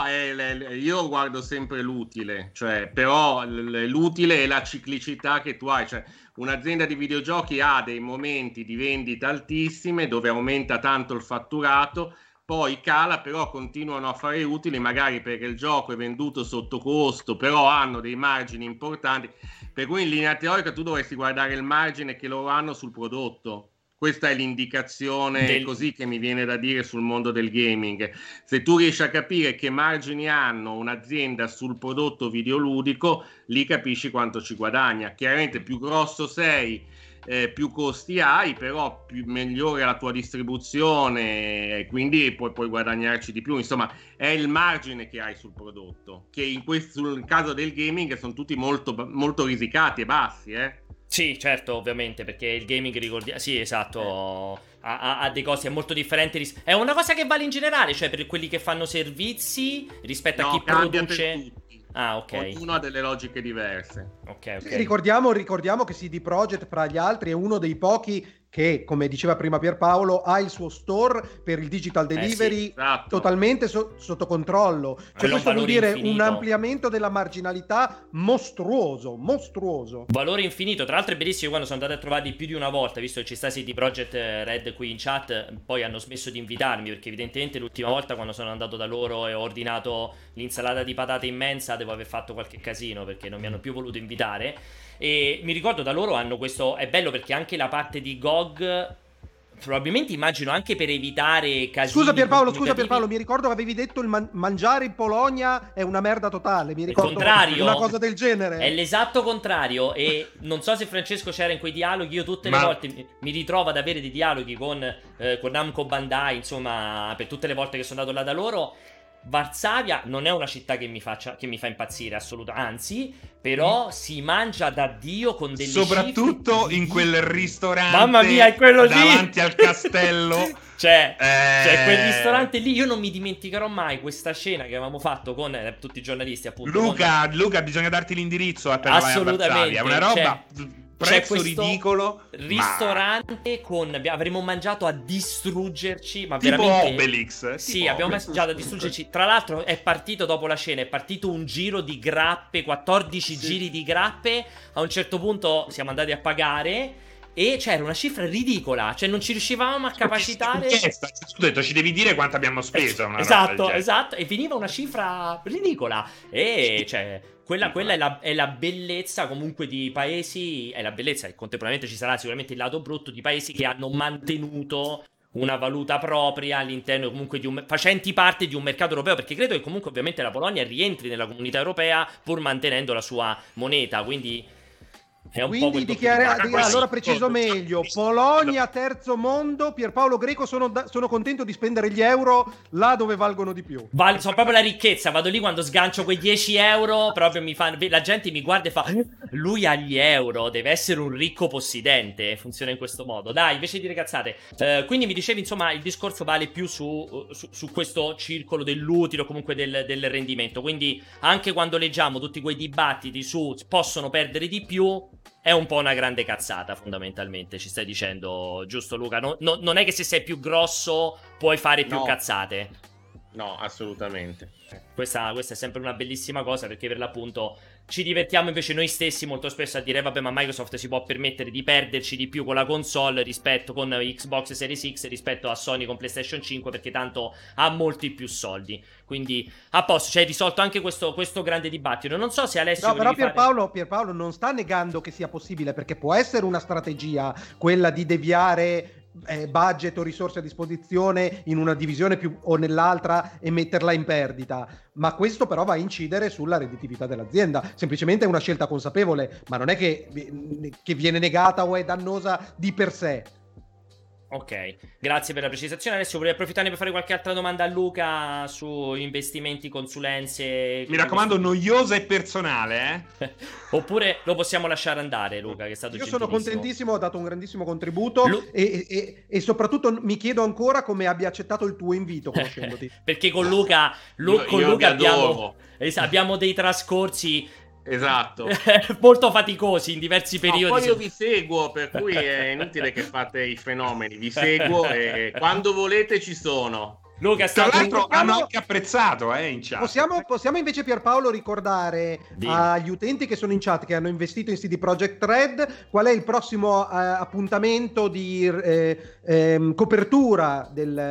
io guardo sempre l'utile, cioè, però l'utile è la ciclicità che tu hai, cioè un'azienda di videogiochi ha dei momenti di vendita altissime dove aumenta tanto il fatturato, poi cala, però continuano a fare utili, magari perché il gioco è venduto sotto costo, però hanno dei margini importanti, per cui in linea teorica tu dovresti guardare il margine che loro hanno sul prodotto. Questa è l'indicazione così che mi viene da dire sul mondo del gaming. Se tu riesci a capire che margini hanno un'azienda sul prodotto videoludico, lì capisci quanto ci guadagna. Chiaramente più grosso sei, più costi hai, però migliore la tua distribuzione, quindi puoi guadagnarci di più. Insomma, è il margine che hai sul prodotto, che sul caso del gaming sono tutti molto, molto risicati e bassi, Sì, certo, ovviamente, perché il gaming, ricordiamo, sì, esatto, ha dei costi, è molto differente. È una cosa che vale in generale, cioè per quelli che fanno servizi rispetto a chi produce. Ah, ok. Ognuno ha delle logiche diverse. Ok. Sì, ricordiamo che CD Projekt, fra gli altri, è uno dei pochi che, come diceva prima Pierpaolo, ha il suo store per il digital delivery esatto, totalmente sotto controllo. Cioè, questo vuol dire infinito, un ampliamento della marginalità mostruoso. Valore infinito. Tra l'altro è bellissimo, quando sono andato a trovarli più di una volta, visto che ci sta CD Projekt Red qui in chat, poi hanno smesso di invitarmi, perché evidentemente l'ultima volta quando sono andato da loro e ho ordinato l'insalata di patate immensa, devo aver fatto qualche casino, perché non mi hanno più voluto invitare. E mi ricordo da loro hanno questo, è bello perché anche la parte di GOG, probabilmente immagino anche per evitare casini. Scusa Pierpaolo, mi ricordo che avevi detto il mangiare in Polonia è una merda totale, mi ricordo una cosa del genere. È l'esatto contrario, e non so se Francesco c'era in quei dialoghi. Io tutte le volte mi ritrovo ad avere dei dialoghi con Namco Bandai, insomma, per tutte le volte che sono andato là da loro. Varsavia non è una città che mi fa impazzire, assolutamente, anzi, però si mangia da Dio con delle soprattutto in quel ristorante, mamma mia, è quello davanti al castello. cioè quel ristorante lì, io non mi dimenticherò mai questa scena che avevamo fatto con tutti i giornalisti, appunto. Luca, bisogna darti l'indirizzo per assolutamente, è una roba prezzo ridicolo, ristorante avremmo mangiato a distruggerci, ma tipo veramente Obelix. Sì, abbiamo mangiato a distruggerci. Tra l'altro è partito dopo la scena, è partito un giro di grappe, 14 giri di grappe. A un certo punto siamo andati a pagare e c'era una cifra ridicola, cioè non ci riuscivamo a capacitare. Ho detto, ci devi dire quanto abbiamo speso. Esatto, e veniva una cifra ridicola. E cioè quella è la bellezza comunque di paesi, è la bellezza, e contemporaneamente ci sarà sicuramente il lato brutto di paesi che hanno mantenuto una valuta propria all'interno comunque facenti parte di un mercato europeo, perché credo che comunque ovviamente la Polonia rientri nella comunità europea pur mantenendo la sua moneta, quindi È un Quindi po' allora preciso meglio: Polonia terzo mondo, Pierpaolo Greco, sono contento di spendere gli euro là dove valgono di più. Sono proprio la ricchezza, vado lì quando sgancio quei 10 euro, proprio la gente mi guarda e fa lui ha gli euro, deve essere un ricco possidente, funziona in questo modo. Dai, invece di ragazzate, quindi mi dicevi, insomma, il discorso vale più su questo circolo dell'utile o comunque del rendimento, quindi anche quando leggiamo tutti quei dibattiti su possono perdere di più, è un po' una grande cazzata, fondamentalmente, ci stai dicendo, giusto Luca? Non è che se sei più grosso puoi fare più cazzate. No, assolutamente. Questa è sempre una bellissima cosa, perché per l'appunto ci divertiamo invece noi stessi molto spesso a dire vabbè, ma Microsoft si può permettere di perderci di più con la console rispetto con Xbox Series X rispetto a Sony con PlayStation 5, perché tanto ha molti più soldi. Quindi a posto, cioè hai risolto anche questo grande dibattito. Non so se Alessio... No, però Pierpaolo non sta negando che sia possibile, perché può essere una strategia quella di deviare budget o risorse a disposizione in una divisione più o nell'altra e metterla in perdita, ma questo però va a incidere sulla redditività dell'azienda. Semplicemente è una scelta consapevole, ma non è che viene negata o è dannosa di per sé. Ok, grazie per la precisazione. Adesso vorrei approfittare per fare qualche altra domanda a Luca su investimenti, consulenze. Mi raccomando, noiosa e personale, Oppure lo possiamo lasciare andare, Luca, che è stato gentilissimo. Io sono contentissimo, ho dato un grandissimo contributo e soprattutto mi chiedo ancora come abbia accettato il tuo invito, conoscendoti. Perché con Luca, abbiamo dei trascorsi... Esatto. molto faticosi in diversi periodi. Poi io vi seguo, per cui è inutile che fate i fenomeni. Vi seguo e quando volete ci sono. Luca, tra l'altro hanno anche apprezzato in chat. Possiamo invece, Pierpaolo, ricordare agli utenti che sono in chat, che hanno investito in CD Projekt Red, qual è il prossimo appuntamento di copertura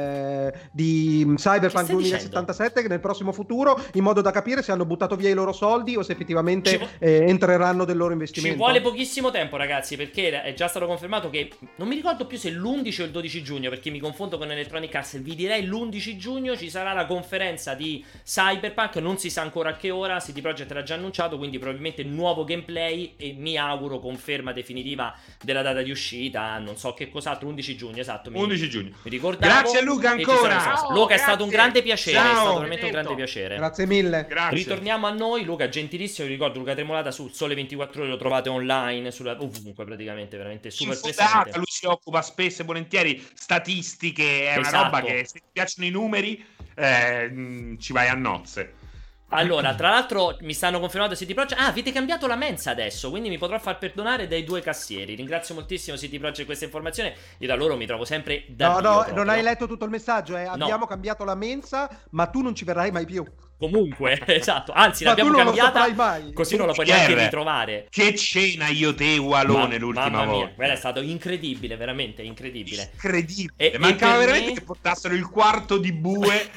di Cyberpunk 2077 che nel prossimo futuro, in modo da capire se hanno buttato via i loro soldi o se effettivamente entreranno del loro investimento. Ci vuole pochissimo tempo, ragazzi, perché è già stato confermato che non mi ricordo più se l'11 o il 12 giugno, perché mi confondo con Electronic Arts. Vi direi l'11 giugno ci sarà la conferenza di Cyberpunk, non si sa ancora a che ora, CD Projekt l'ha già annunciato, quindi probabilmente nuovo gameplay e mi auguro conferma definitiva della data di uscita, non so che cos'altro, 11 giugno, esatto. 11 giugno. Mi ricordavo. Grazie a Luca ancora. Luca, è stato un grande piacere, è stato veramente un grande piacere. Grazie mille. Grazie. Ritorniamo a noi, Luca, gentilissimo, vi ricordo Luca Tremolata sul Sole 24 Ore, lo trovate online, ovunque praticamente, veramente super presente. Lui si occupa spesso e volentieri statistiche, è una roba che se ti piacciono i numeri ci vai a nozze. Allora, tra l'altro mi stanno confermando CD Projekt. Avete cambiato la mensa adesso, quindi mi potrò far perdonare dai 2 cassieri. Ringrazio moltissimo CD Projekt questa informazione. Io da loro mi trovo sempre da No, non hai letto tutto il messaggio, abbiamo cambiato la mensa, ma tu non ci verrai mai più. Comunque, esatto. Anzi, l'abbiamo cambiata, mai. Così non la puoi neanche ritrovare. Che cena io te Walone l'ultima volta. Quella è stato incredibile, veramente incredibile. Incredibile. Mancava veramente che portassero il quarto di bue.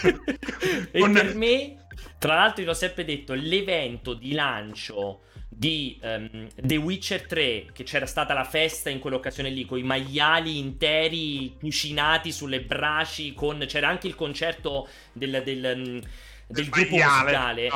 Per me, tra l'altro, io l'ho sempre detto, l'evento di lancio di The Witcher 3, che c'era stata la festa in quell'occasione lì con i maiali interi cucinati sulle braci, c'era anche il concerto del gruppo musicale,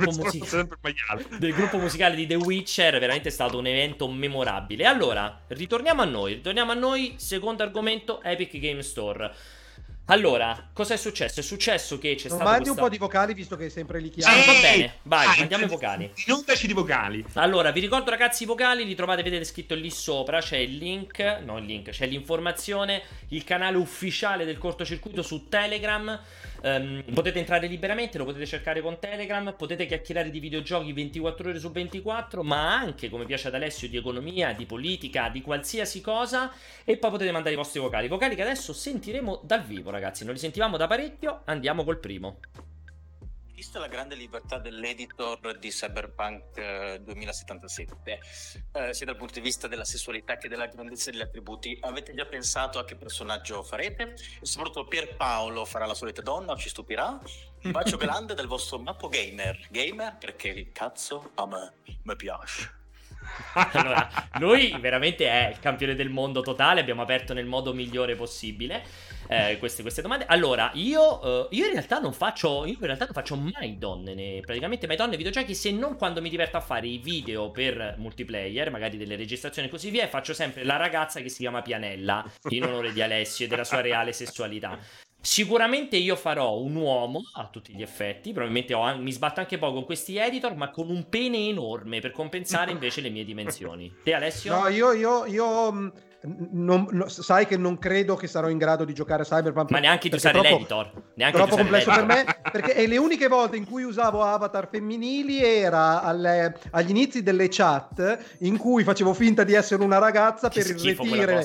del gruppo musicale di The Witcher, veramente è stato un evento memorabile. Allora, ritorniamo a noi, secondo argomento, Epic Game Store. Allora, cosa è successo? È successo che c'è stato mandi un po' di vocali, visto che è sempre lì chiaro. Va bene, vai, mandiamo i vocali. Inondaci di vocali. Allora, vi ricordo, ragazzi, i vocali li trovate, vedete scritto lì sopra, c'è il link, c'è l'informazione, il canale ufficiale del cortocircuito su Telegram. Potete entrare liberamente, lo potete cercare con Telegram, potete chiacchierare di videogiochi 24 ore su 24, ma anche, come piace ad Alessio, di economia, di politica, di qualsiasi cosa, e poi potete mandare i vostri vocali che adesso sentiremo dal vivo, ragazzi. Non li sentivamo da parecchio, andiamo col primo. Vista la grande libertà dell'editor di Cyberpunk 2077, sia dal punto di vista della sessualità che della grandezza degli attributi, avete già pensato a che personaggio farete? E soprattutto Pierpaolo farà la solita donna o ci stupirà? Un bacio grande del vostro Mappo Gamer, perché il cazzo a me piace. Allora, lui veramente è il campione del mondo totale, abbiamo aperto nel modo migliore possibile. queste domande. Allora, io in realtà non faccio mai donne, praticamente mai donne ai videogiochi, se non quando mi diverto a fare i video per multiplayer, magari delle registrazioni e così via, e faccio sempre la ragazza che si chiama Pianella, in onore di Alessio e della sua reale sessualità. Sicuramente io farò un uomo a tutti gli effetti, probabilmente mi sbatto anche poco con questi editor, ma con un pene enorme per compensare invece le mie dimensioni. Te Alessio? No, io sai che non credo che sarò in grado di giocare a Cyberpunk, ma neanche di usare l'editor, neanche troppo di usare complesso per me, perché le uniche volte in cui usavo avatar femminili era agli inizi delle chat in cui facevo finta di essere una ragazza per irretire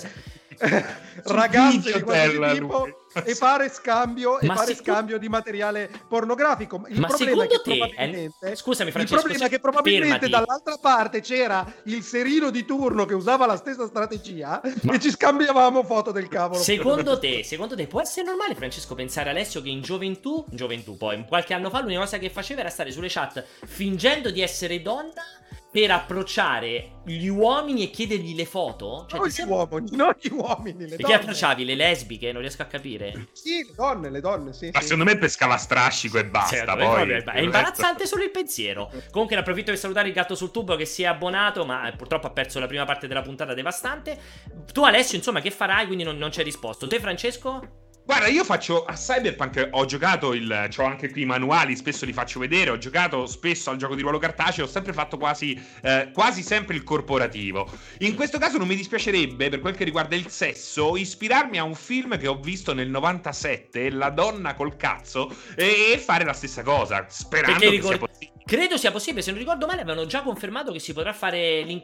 ragazze di questo tipo e fare scambio di materiale pornografico. Il problema è che probabilmente, scusami Francesco, il problema è che probabilmente dall'altra parte c'era il serino di turno che usava la stessa strategia e ci scambiavamo foto del cavolo. Secondo te può essere normale, Francesco, pensare a Alessio che in gioventù poi qualche anno fa l'unica cosa che faceva era stare sulle chat fingendo di essere donna per approcciare gli uomini e chiedergli le foto? Cioè, non gli uomini, le perché approcciavi le lesbiche? Non riesco a capire. Sì, le donne, sì. Ma secondo me pescava strascico e basta. Poi è imbarazzante solo il pensiero. Comunque ne approfitto per salutare il gatto sul tubo che si è abbonato, ma purtroppo ha perso la prima parte della puntata devastante. Tu Alessio, insomma, che farai? Quindi non ci hai risposto. Te Francesco? Guarda, io faccio a Cyberpunk, ho giocato c'ho anche qui i manuali, spesso li faccio vedere, ho giocato spesso al gioco di ruolo cartaceo, ho sempre fatto quasi sempre il corporativo. In questo caso non mi dispiacerebbe, per quel che riguarda il sesso, ispirarmi a un film che ho visto nel 97, La donna col cazzo, e fare la stessa cosa, sperando che sia possibile. Credo sia possibile, se non ricordo male avevano già confermato che si potrà fare il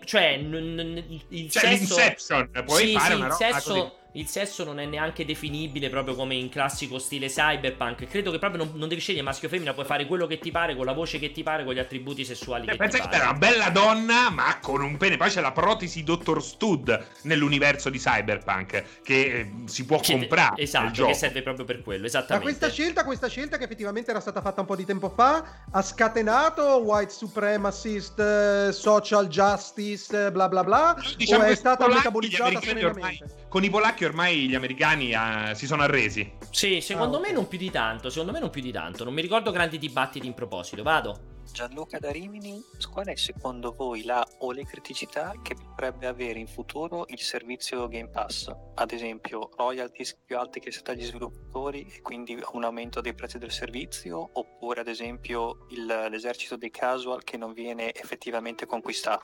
sesso. L'Inception, puoi fare una roba così. Il sesso non è neanche definibile proprio come in classico stile cyberpunk. Credo che proprio non devi scegliere maschio o femmina, puoi fare quello che ti pare, con la voce che ti pare, con gli attributi sessuali che ti pare. Pensa che è una bella donna, ma con un pene. Poi c'è la protesi Dr. Stud nell'universo di Cyberpunk che si può comprare. Esatto, che serve proprio per quello, esattamente. Ma questa scelta che effettivamente era stata fatta un po' di tempo fa ha scatenato white supremacist, social justice, bla bla bla, diciamo, o è stata metabolizzata serenamente? Con i polacchi ormai gli americani si sono arresi. Sì, secondo me non più di tanto. Non mi ricordo grandi dibattiti in proposito. Vado. Gianluca da Rimini, qual è secondo voi la o le criticità che potrebbe avere in futuro il servizio Game Pass? Ad esempio royalties più alti che dagli sviluppatori e quindi un aumento dei prezzi del servizio, oppure ad esempio l'esercito dei casual che non viene effettivamente conquistato?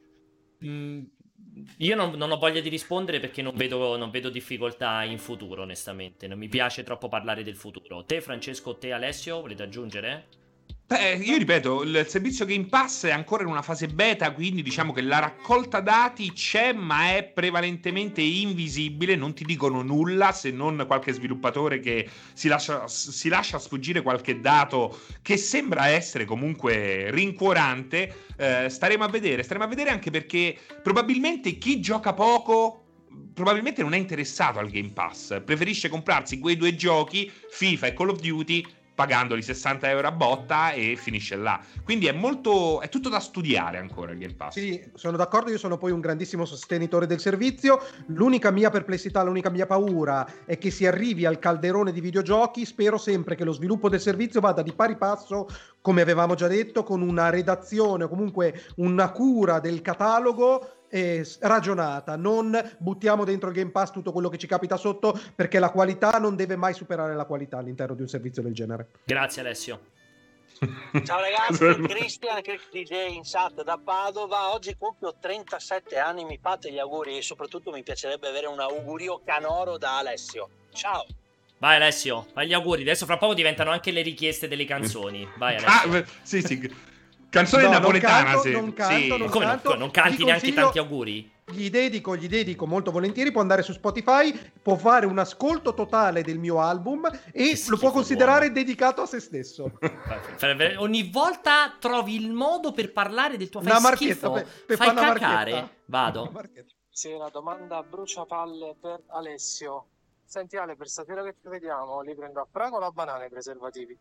Io non ho voglia di rispondere perché non vedo difficoltà in futuro, onestamente. Non mi piace troppo parlare del futuro. Te Francesco, te Alessio, volete aggiungere? Io ripeto, il servizio Game Pass è ancora in una fase beta, quindi diciamo che la raccolta dati c'è, ma è prevalentemente invisibile, non ti dicono nulla se non qualche sviluppatore che si lascia sfuggire qualche dato che sembra essere comunque rincuorante. Staremo a vedere anche perché probabilmente chi gioca poco probabilmente non è interessato al Game Pass, preferisce comprarsi quei due giochi, FIFA e Call of Duty, pagandoli 60 euro a botta e finisce là. Quindi è tutto da studiare ancora il Game Pass. Sì, sono d'accordo, io sono poi un grandissimo sostenitore del servizio. L'unica mia perplessità, l'unica mia paura è che si arrivi al calderone di videogiochi. Spero sempre che lo sviluppo del servizio vada di pari passo, come avevamo già detto, con una redazione o comunque una cura del catalogo ragionata. Non buttiamo dentro il Game Pass tutto quello che ci capita sotto, perché la qualità non deve mai superare la qualità all'interno di un servizio del genere. Grazie Alessio. Ciao ragazzi, Cristian DJ in chat da Padova. Oggi compio 37 anni, mi fate gli auguri e soprattutto mi piacerebbe avere un augurio canoro da Alessio. Ciao. Vai Alessio, fai gli auguri. Adesso fra poco diventano anche le richieste delle canzoni. Vai Alessio. Sì. Canzone napoletana, non canto. Non canti neanche tanti auguri? Gli dedico molto volentieri. Può andare su Spotify, può fare un ascolto totale del mio album e lo può considerare dedicato a se stesso. Ogni volta trovi il modo per parlare del tuo schifo. Per fai fare cacare. Vado. Sì, una domanda bruciapalle per Alessio. Senti Ale, per stasera che ci vediamo, li prendo a fragola o a banane i preservativi?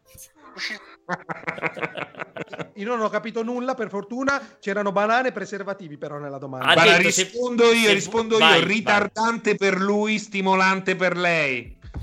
Io non ho capito nulla, per fortuna. C'erano banane e preservativi però nella domanda. Rispondo io, ritardante per lui, stimolante per lei.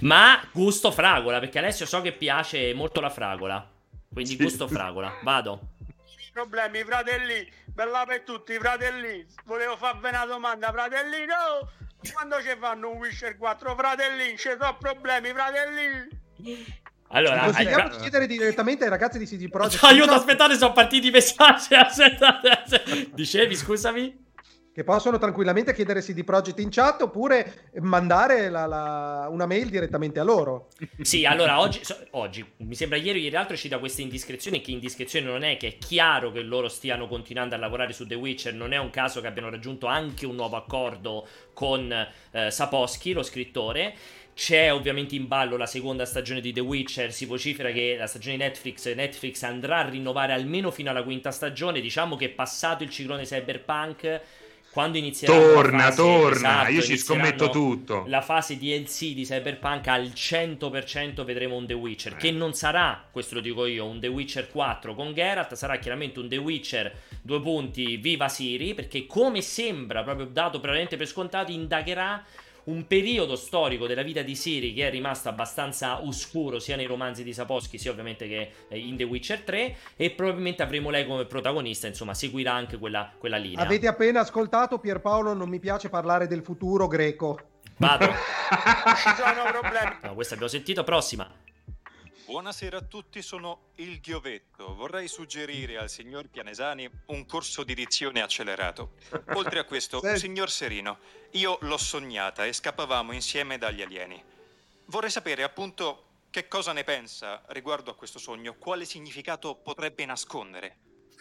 Ma gusto fragola, perché Alessio so che piace molto la fragola. Quindi Sì. gusto fragola. Vado. Problemi, fratelli, bella per tutti, fratelli. Volevo farvi una domanda, fratelli. No, quando ci fanno un Witcher 4, fratelli? Ci sono problemi, fratelli. Allora, Possiamo chiedere direttamente ai ragazzi di CD Projekt. aiuto, aspettate, sono partiti i messaggi. Aspettate. Dicevi, scusami? Che possono tranquillamente chiedere CD Projekt in chat oppure mandare una mail direttamente a loro. Sì, allora oggi, mi sembra ieri l'altro è uscita questa indiscrezione, che indiscrezione non è, che è chiaro che loro stiano continuando a lavorare su The Witcher, non è un caso che abbiano raggiunto anche un nuovo accordo con Sapkowski, lo scrittore. C'è ovviamente in ballo la seconda stagione di The Witcher, si vocifera che la stagione di Netflix andrà a rinnovare almeno fino alla quinta stagione, diciamo che passato il ciclone Cyberpunk, quando inizierà torna, esatto, io ci scommetto tutto. La fase DLC di Cyberpunk al 100% vedremo un The Witcher, che non sarà, questo lo dico io, un The Witcher 4 con Geralt, sarà chiaramente un The Witcher Viva Ciri, perché come sembra, proprio dato probabilmente per scontato, indagherà un periodo storico della vita di Ciri che è rimasto abbastanza oscuro sia nei romanzi di Sapkowski sia ovviamente che in The Witcher 3, e probabilmente avremo lei come protagonista, insomma seguirà anche quella linea. Avete appena ascoltato Pierpaolo, non mi piace parlare del futuro greco. Vado. Ci sono problemi. No, questa abbiamo sentito. Prossima. Buonasera a tutti, sono il Ghiovetto. Vorrei suggerire al signor Pianesani un corso di dizione accelerato. Oltre a questo, signor Serino, io l'ho sognata e scappavamo insieme dagli alieni. Vorrei sapere appunto che cosa ne pensa riguardo a questo sogno, quale significato potrebbe nascondere.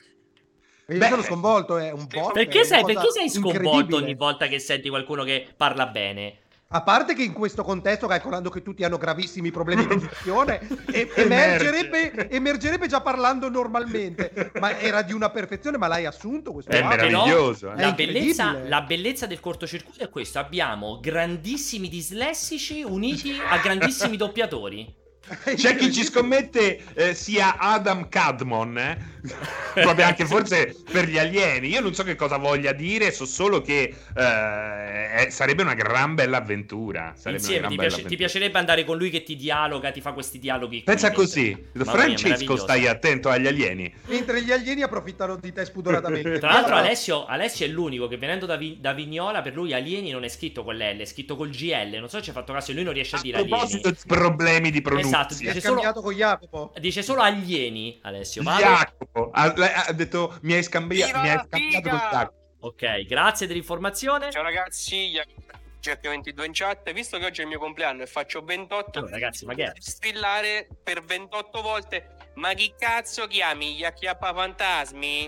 Io sono sconvolto, è un po'. Perché sei sconvolto ogni volta che senti qualcuno che parla bene? A parte che in questo contesto, calcolando che tutti hanno gravissimi problemi di dizione, emergerebbe già parlando normalmente. Ma era di una perfezione, ma l'hai assunto questo? È meraviglioso. La bellezza del cortocircuito è questo: abbiamo grandissimi dislessici uniti a grandissimi doppiatori. C'è chi ci scommette sia Adam Cadmon, proprio anche forse per gli alieni. Io non so che cosa voglia dire, so solo che sarebbe una gran bella avventura. Insieme ti piacerebbe andare con lui che ti dialoga, ti fa questi dialoghi. Pensa così, Francesco, stai attento agli alieni. Mentre gli alieni approfittano di te spudoratamente. Tra l'altro Alessio è l'unico che, venendo da Vignola, per lui alieni non è scritto con l'L, è scritto col GL. Non so se ci ha fatto caso, lui non riesce a dire alieni. A proposito di problemi di pronuncia. Esatto, con Jacopo. Dice solo alieni, Alessio. Jacopo ha detto mi hai scambiato con Jacopo. Ok, grazie dell'informazione. Ciao ragazzi, GP22 in chat. Visto che oggi è il mio compleanno e faccio 28, allora, ragazzi, ma che è? Strillare per 28 volte. Ma chi cazzo chiami? Gli acchiappafantasmi?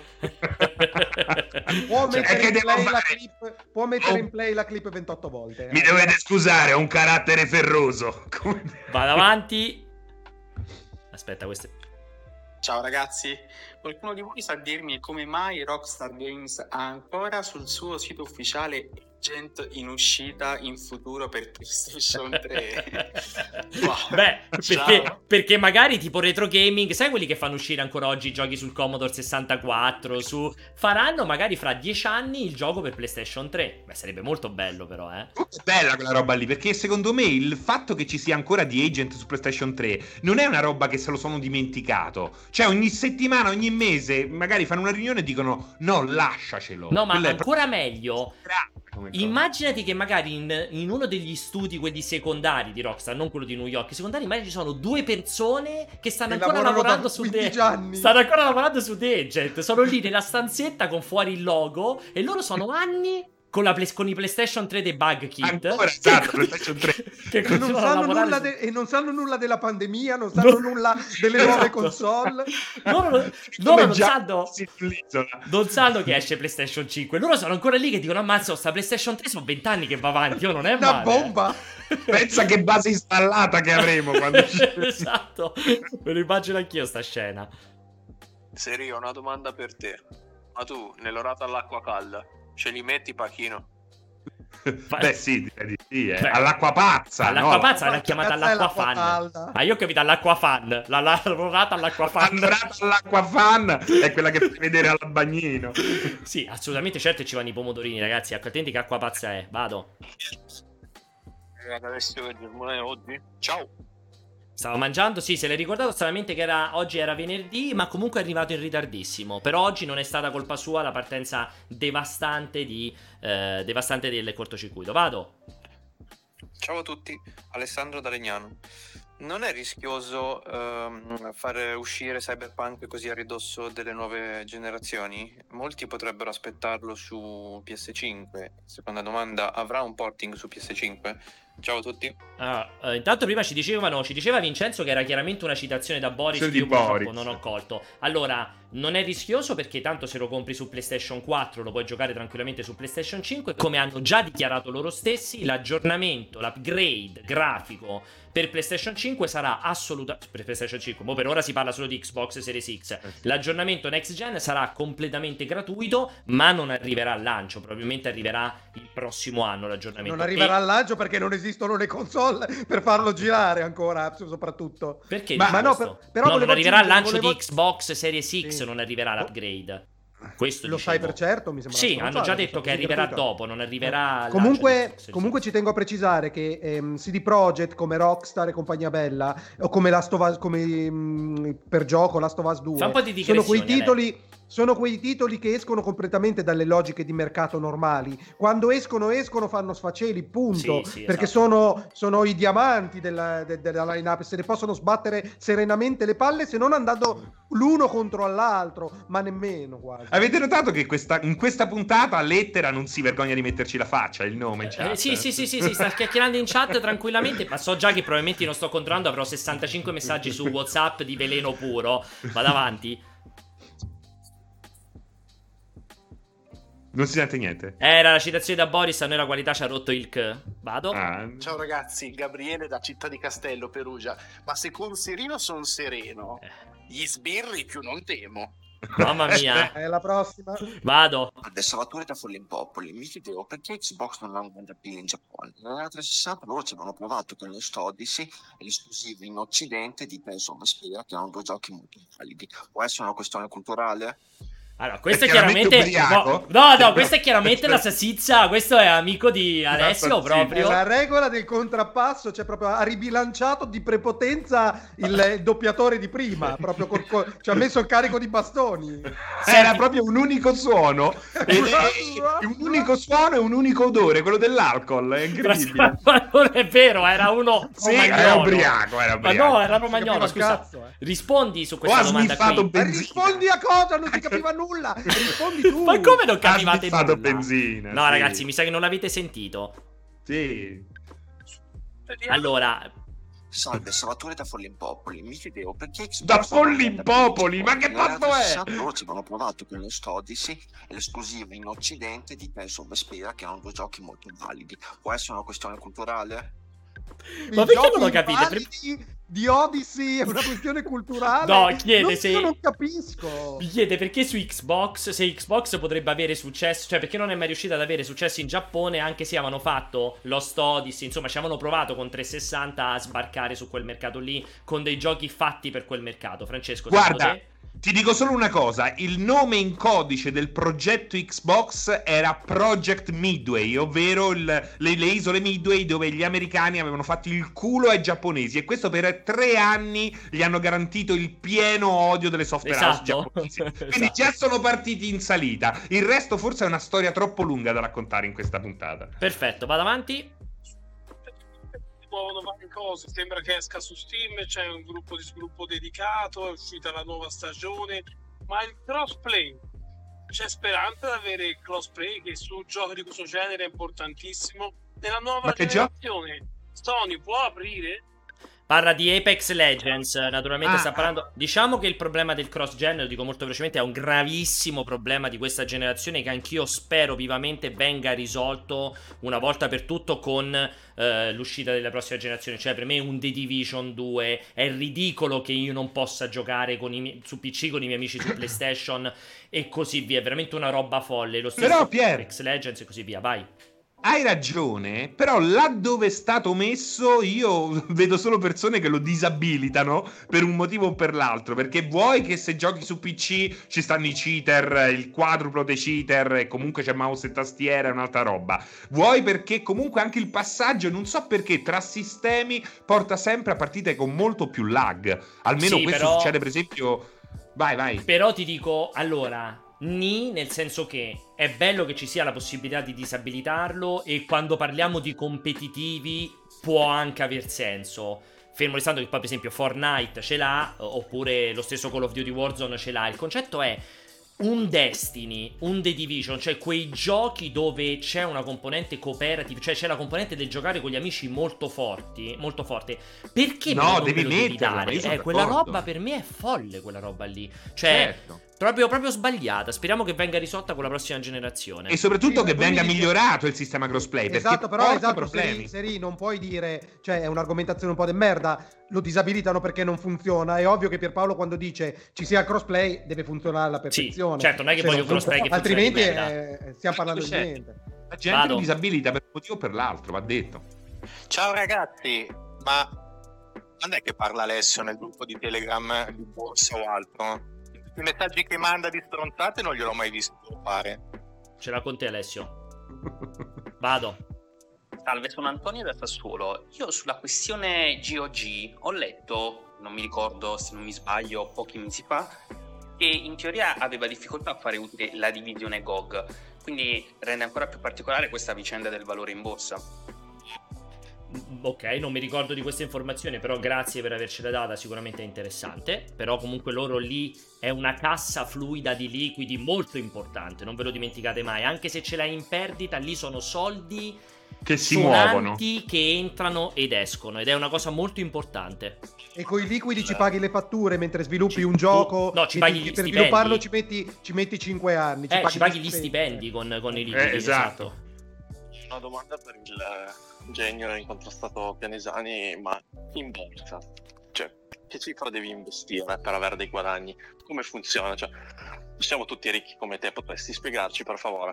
Può mettere in play la clip 28 volte. Mi dovete scusare, ho un carattere ferroso. Vado avanti. Aspetta, queste. Ciao ragazzi, qualcuno di voi sa dirmi come mai Rockstar Games ha ancora sul suo sito ufficiale agent in uscita in futuro per PlayStation 3? Wow. Beh, perché magari tipo retro gaming, sai quelli che fanno uscire ancora oggi i giochi sul Commodore 64, faranno magari fra 10 anni il gioco per PlayStation 3. Beh, sarebbe molto bello però, È bella quella roba lì, perché secondo me il fatto che ci sia ancora di Agent su PlayStation 3 non è una roba che se lo sono dimenticato. Cioè ogni settimana, ogni mese magari fanno una riunione e dicono no, lasciacelo. No, ma ancora meglio, immaginati che magari in uno degli studi, quelli secondari di Rockstar, non quello di New York, secondari, magari ci sono 2 persone che stanno ancora lavorando su The Agent. Sono lì nella stanzetta con fuori il logo e loro sono anni con i PlayStation 3 dei bug kit. Ancora, esatto, PlayStation 3. Che non sanno nulla della pandemia, non sanno nulla delle nuove console. Loro non sanno che esce PlayStation 5. Loro sono ancora lì che dicono ammazza, sta PlayStation 3 sono 20 anni che va avanti, non è male. Una bomba. Pensa che base installata che avremo quando esatto, me lo immagino anch'io sta scena. Serio, una domanda per te. Ma tu, nell'orata all'acqua calda, ce li metti Pachino? Beh sì, direi di sì, all'acqua pazza. All'acqua pazza l'ha chiamata all'acqua fan. Ah, io ho capito all'acqua fan. La rorata all'acqua fan. All'acqua fan è quella che puoi vedere al bagnino. Sì, assolutamente, certo ci vanno i pomodorini, ragazzi. Attenti che acqua pazza è. Vado. Alessio e Germone oggi. Ciao. Stavo mangiando, sì, se l'hai ricordato stranamente che oggi era venerdì, ma comunque è arrivato in ritardissimo. Però oggi non è stata colpa sua la partenza devastante del cortocircuito. Vado. Ciao a tutti, Alessandro da Legnano. Non è rischioso far uscire Cyberpunk così a ridosso delle nuove generazioni? Molti potrebbero aspettarlo su PS5. Seconda domanda, avrà un porting su PS5? Ciao a tutti. Intanto prima ci diceva Vincenzo che era chiaramente una citazione da Boris che io purtroppo non ho colto. Allora, non è rischioso perché tanto se lo compri su PlayStation 4 lo puoi giocare tranquillamente su PlayStation 5. Come hanno già dichiarato loro stessi, l'aggiornamento, l'upgrade grafico per PlayStation 5 sarà assolutamente... Per PlayStation 5, per ora si parla solo di Xbox Series X. L'aggiornamento next gen sarà completamente gratuito, ma non arriverà al lancio. Probabilmente arriverà il prossimo anno l'aggiornamento. Non arriverà al lancio perché non esistono le console per farlo girare ancora, soprattutto. Perché? Ma no, però non arriverà al lancio di Xbox Series X, non arriverà l'upgrade. Questo lo sai per certo, mi sembra. Sì, hanno già detto che arriverà dopo, non arriverà. Comunque ci tengo a precisare che CD Projekt come Rockstar e compagnia bella, o come Last of Us, come per gioco Last of Us 2, fa un po' di digressioni, sono quei titoli che escono completamente dalle logiche di mercato normali. Quando escono fanno sfaceli, punto. Sì, perché esatto. sono i diamanti della line-up, se ne possono sbattere serenamente le palle, se non andando l'uno contro all'altro, ma nemmeno quasi. Avete notato che in questa puntata Lettera non si vergogna di metterci la faccia, il nome in chat? Sì, sta chiacchierando in chat tranquillamente, ma so già che probabilmente non sto controllando, avrò 65 messaggi su WhatsApp di veleno puro. Vado avanti. Non si sente niente. Era la citazione da Boris, a noi la qualità ci ha rotto il Vado. Ciao ragazzi, Gabriele da Città di Castello, Perugia. Ma se con Serino sono sereno, gli sbirri più non temo. Mamma mia. È la prossima. Vado. Salvatore da Follimpopoli, mi chiedevo perché Xbox non ha un grande appeal in Giappone. Nella 360 loro ci avevano provato con Lost Odyssey e l'esclusivo in Occidente di Tales of Vesperia, che erano due giochi molto validi. Può essere una questione culturale? Allora, questo è chiaramente no, questa è chiaramente la salsiccia. Questo è amico di Alessio proprio. La regola del contrappasso, cioè proprio ha ribilanciato di prepotenza il doppiatore di prima, proprio ci ha messo il carico di bastoni. Era proprio un unico suono, un unico suono e un unico odore, quello dell'alcol, è incredibile. Ma non è vero, era uno era ubriaco. Ma no, era romagnolo, scusa. Rispondi su questa domanda qui. Ma rispondi a cosa? Non si capiva nulla. Rispondi tu. Ma come non capivate nulla? Benzina, no, ragazzi, mi sa che non l'avete sentito. Sì. Allora, salve, Salvatore da Follimpopoli. Mi chiedevo perché Xbox da Follimpopoli, ma che fatto è? Loro ci avevano provato con Lost Odyssey e l'esclusiva in Occidente di Tales of Vesperia, che erano due giochi molto validi. Può essere una questione culturale? Ma perché non lo capite? Di Odyssey è una questione culturale. No, chiede se io non capisco. Mi chiede perché su Xbox, se Xbox potrebbe avere successo, cioè perché non è mai riuscita ad avere successo in Giappone, anche se avevano fatto Lost Odyssey, insomma ci avevano provato con 360 a sbarcare su quel mercato lì con dei giochi fatti per quel mercato. Francesco, guarda, ti dico solo una cosa, il nome in codice del progetto Xbox era Project Midway, ovvero le isole Midway dove gli americani avevano fatto il culo ai giapponesi, e questo per 3 anni gli hanno garantito il pieno odio delle software house giapponesi. Quindi già sono partiti in salita. Il resto forse è una storia troppo lunga da raccontare in questa puntata. Perfetto, vado avanti. Muovono varie cose, sembra che esca su Steam, c'è un gruppo di sviluppo dedicato, è uscita la nuova stagione, ma il crossplay, c'è speranza di avere il crossplay, che su giochi di questo genere è importantissimo nella nuova generazione. Sony può aprire? Parla di Apex Legends, naturalmente sta parlando. Diciamo che il problema del cross-gen, lo dico molto velocemente, è un gravissimo problema di questa generazione che anch'io spero vivamente venga risolto una volta per tutto con l'uscita della prossima generazione. Cioè, per me un The Division 2 è ridicolo che io non possa giocare su PC con i miei amici su PlayStation e così via. È veramente una roba folle. Lo stesso Apex Legends e così via. Vai. hai ragione, però là dove è stato messo io vedo solo persone che lo disabilitano per un motivo o per l'altro, perché vuoi che se giochi su PC ci stanno i cheater, il quadruplo dei cheater e comunque c'è mouse e tastiera, è un'altra roba. Vuoi perché comunque anche il passaggio, non so perché, tra sistemi porta sempre a partite con molto più lag. Almeno sì, questo però... succede per esempio... Vai. Però ti dico, allora... nel senso che è bello che ci sia la possibilità di disabilitarlo e quando parliamo di competitivi può anche aver senso, fermo restando che poi per esempio Fortnite ce l'ha, oppure lo stesso Call of Duty Warzone ce l'ha. Il concetto è un Destiny, un The Division, cioè quei giochi dove c'è una componente cooperative, cioè c'è la componente del giocare con gli amici molto forte, perché no, devi metterla, dare? Quella roba per me è folle, quella roba lì, cioè certo. proprio sbagliata. Speriamo che venga risolta con la prossima generazione e soprattutto che venga dici... migliorato il sistema crossplay, esatto, perché porta problemi. Seri, non puoi dire, cioè è un'argomentazione un po' de merda, lo disabilitano perché non funziona. È ovvio che Pierpaolo quando dice ci sia il crossplay deve funzionare alla perfezione. Sì, certo, non è che voglio un crossplay che altrimenti funziona stiamo parlando di niente. La gente lo disabilita per un motivo o per l'altro, va detto. Ciao ragazzi, ma quando è che parla Alessio nel gruppo di Telegram di borsa o altro? I messaggi che manda di stronzate non gliel'ho mai visto fare. Ce l'ha con te Alessio. Vado. Salve, sono Antonio da Sassuolo. Io sulla questione GOG ho letto, non mi ricordo se non mi sbaglio, pochi mesi fa, che in teoria aveva difficoltà a fare utile la divisione GOG, quindi rende ancora più particolare questa vicenda del valore in borsa. Ok, non mi ricordo di questa informazione, però grazie per avercela data, sicuramente è interessante. Però comunque loro lì è una cassa fluida di liquidi molto importante, non ve lo dimenticate mai. Anche se ce l'hai in perdita, lì sono soldi che si muovono, che entrano ed escono, ed è una cosa molto importante. E con i liquidi ci paghi le fatture mentre sviluppi un gioco. No, ci paghi gli per stipendi. Svilupparlo ci metti 5 anni. Ci paghi gli stipendi con i liquidi. Esatto. Una domanda per il genio incontrastato Pianesani, ma in borsa, cioè che cifra devi investire per avere dei guadagni? Come funziona? Cioè, siamo tutti ricchi come te, potresti spiegarci per favore?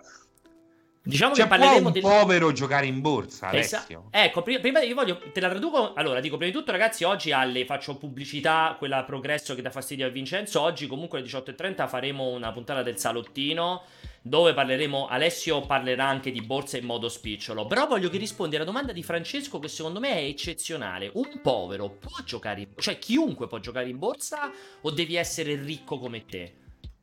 Diciamo che parleremo del povero giocare in borsa, Alessio. Ecco, prima te la traduco. Allora, dico prima di tutto, ragazzi, oggi faccio pubblicità, quella Progresso che dà fastidio a Vincenzo. Oggi comunque alle 18:30 faremo una puntata del salottino dove Alessio parlerà anche di borsa in modo spicciolo. Però voglio che rispondi alla domanda di Francesco, che secondo me è eccezionale. Un povero può giocare, cioè chiunque può giocare in borsa, o devi essere ricco come te?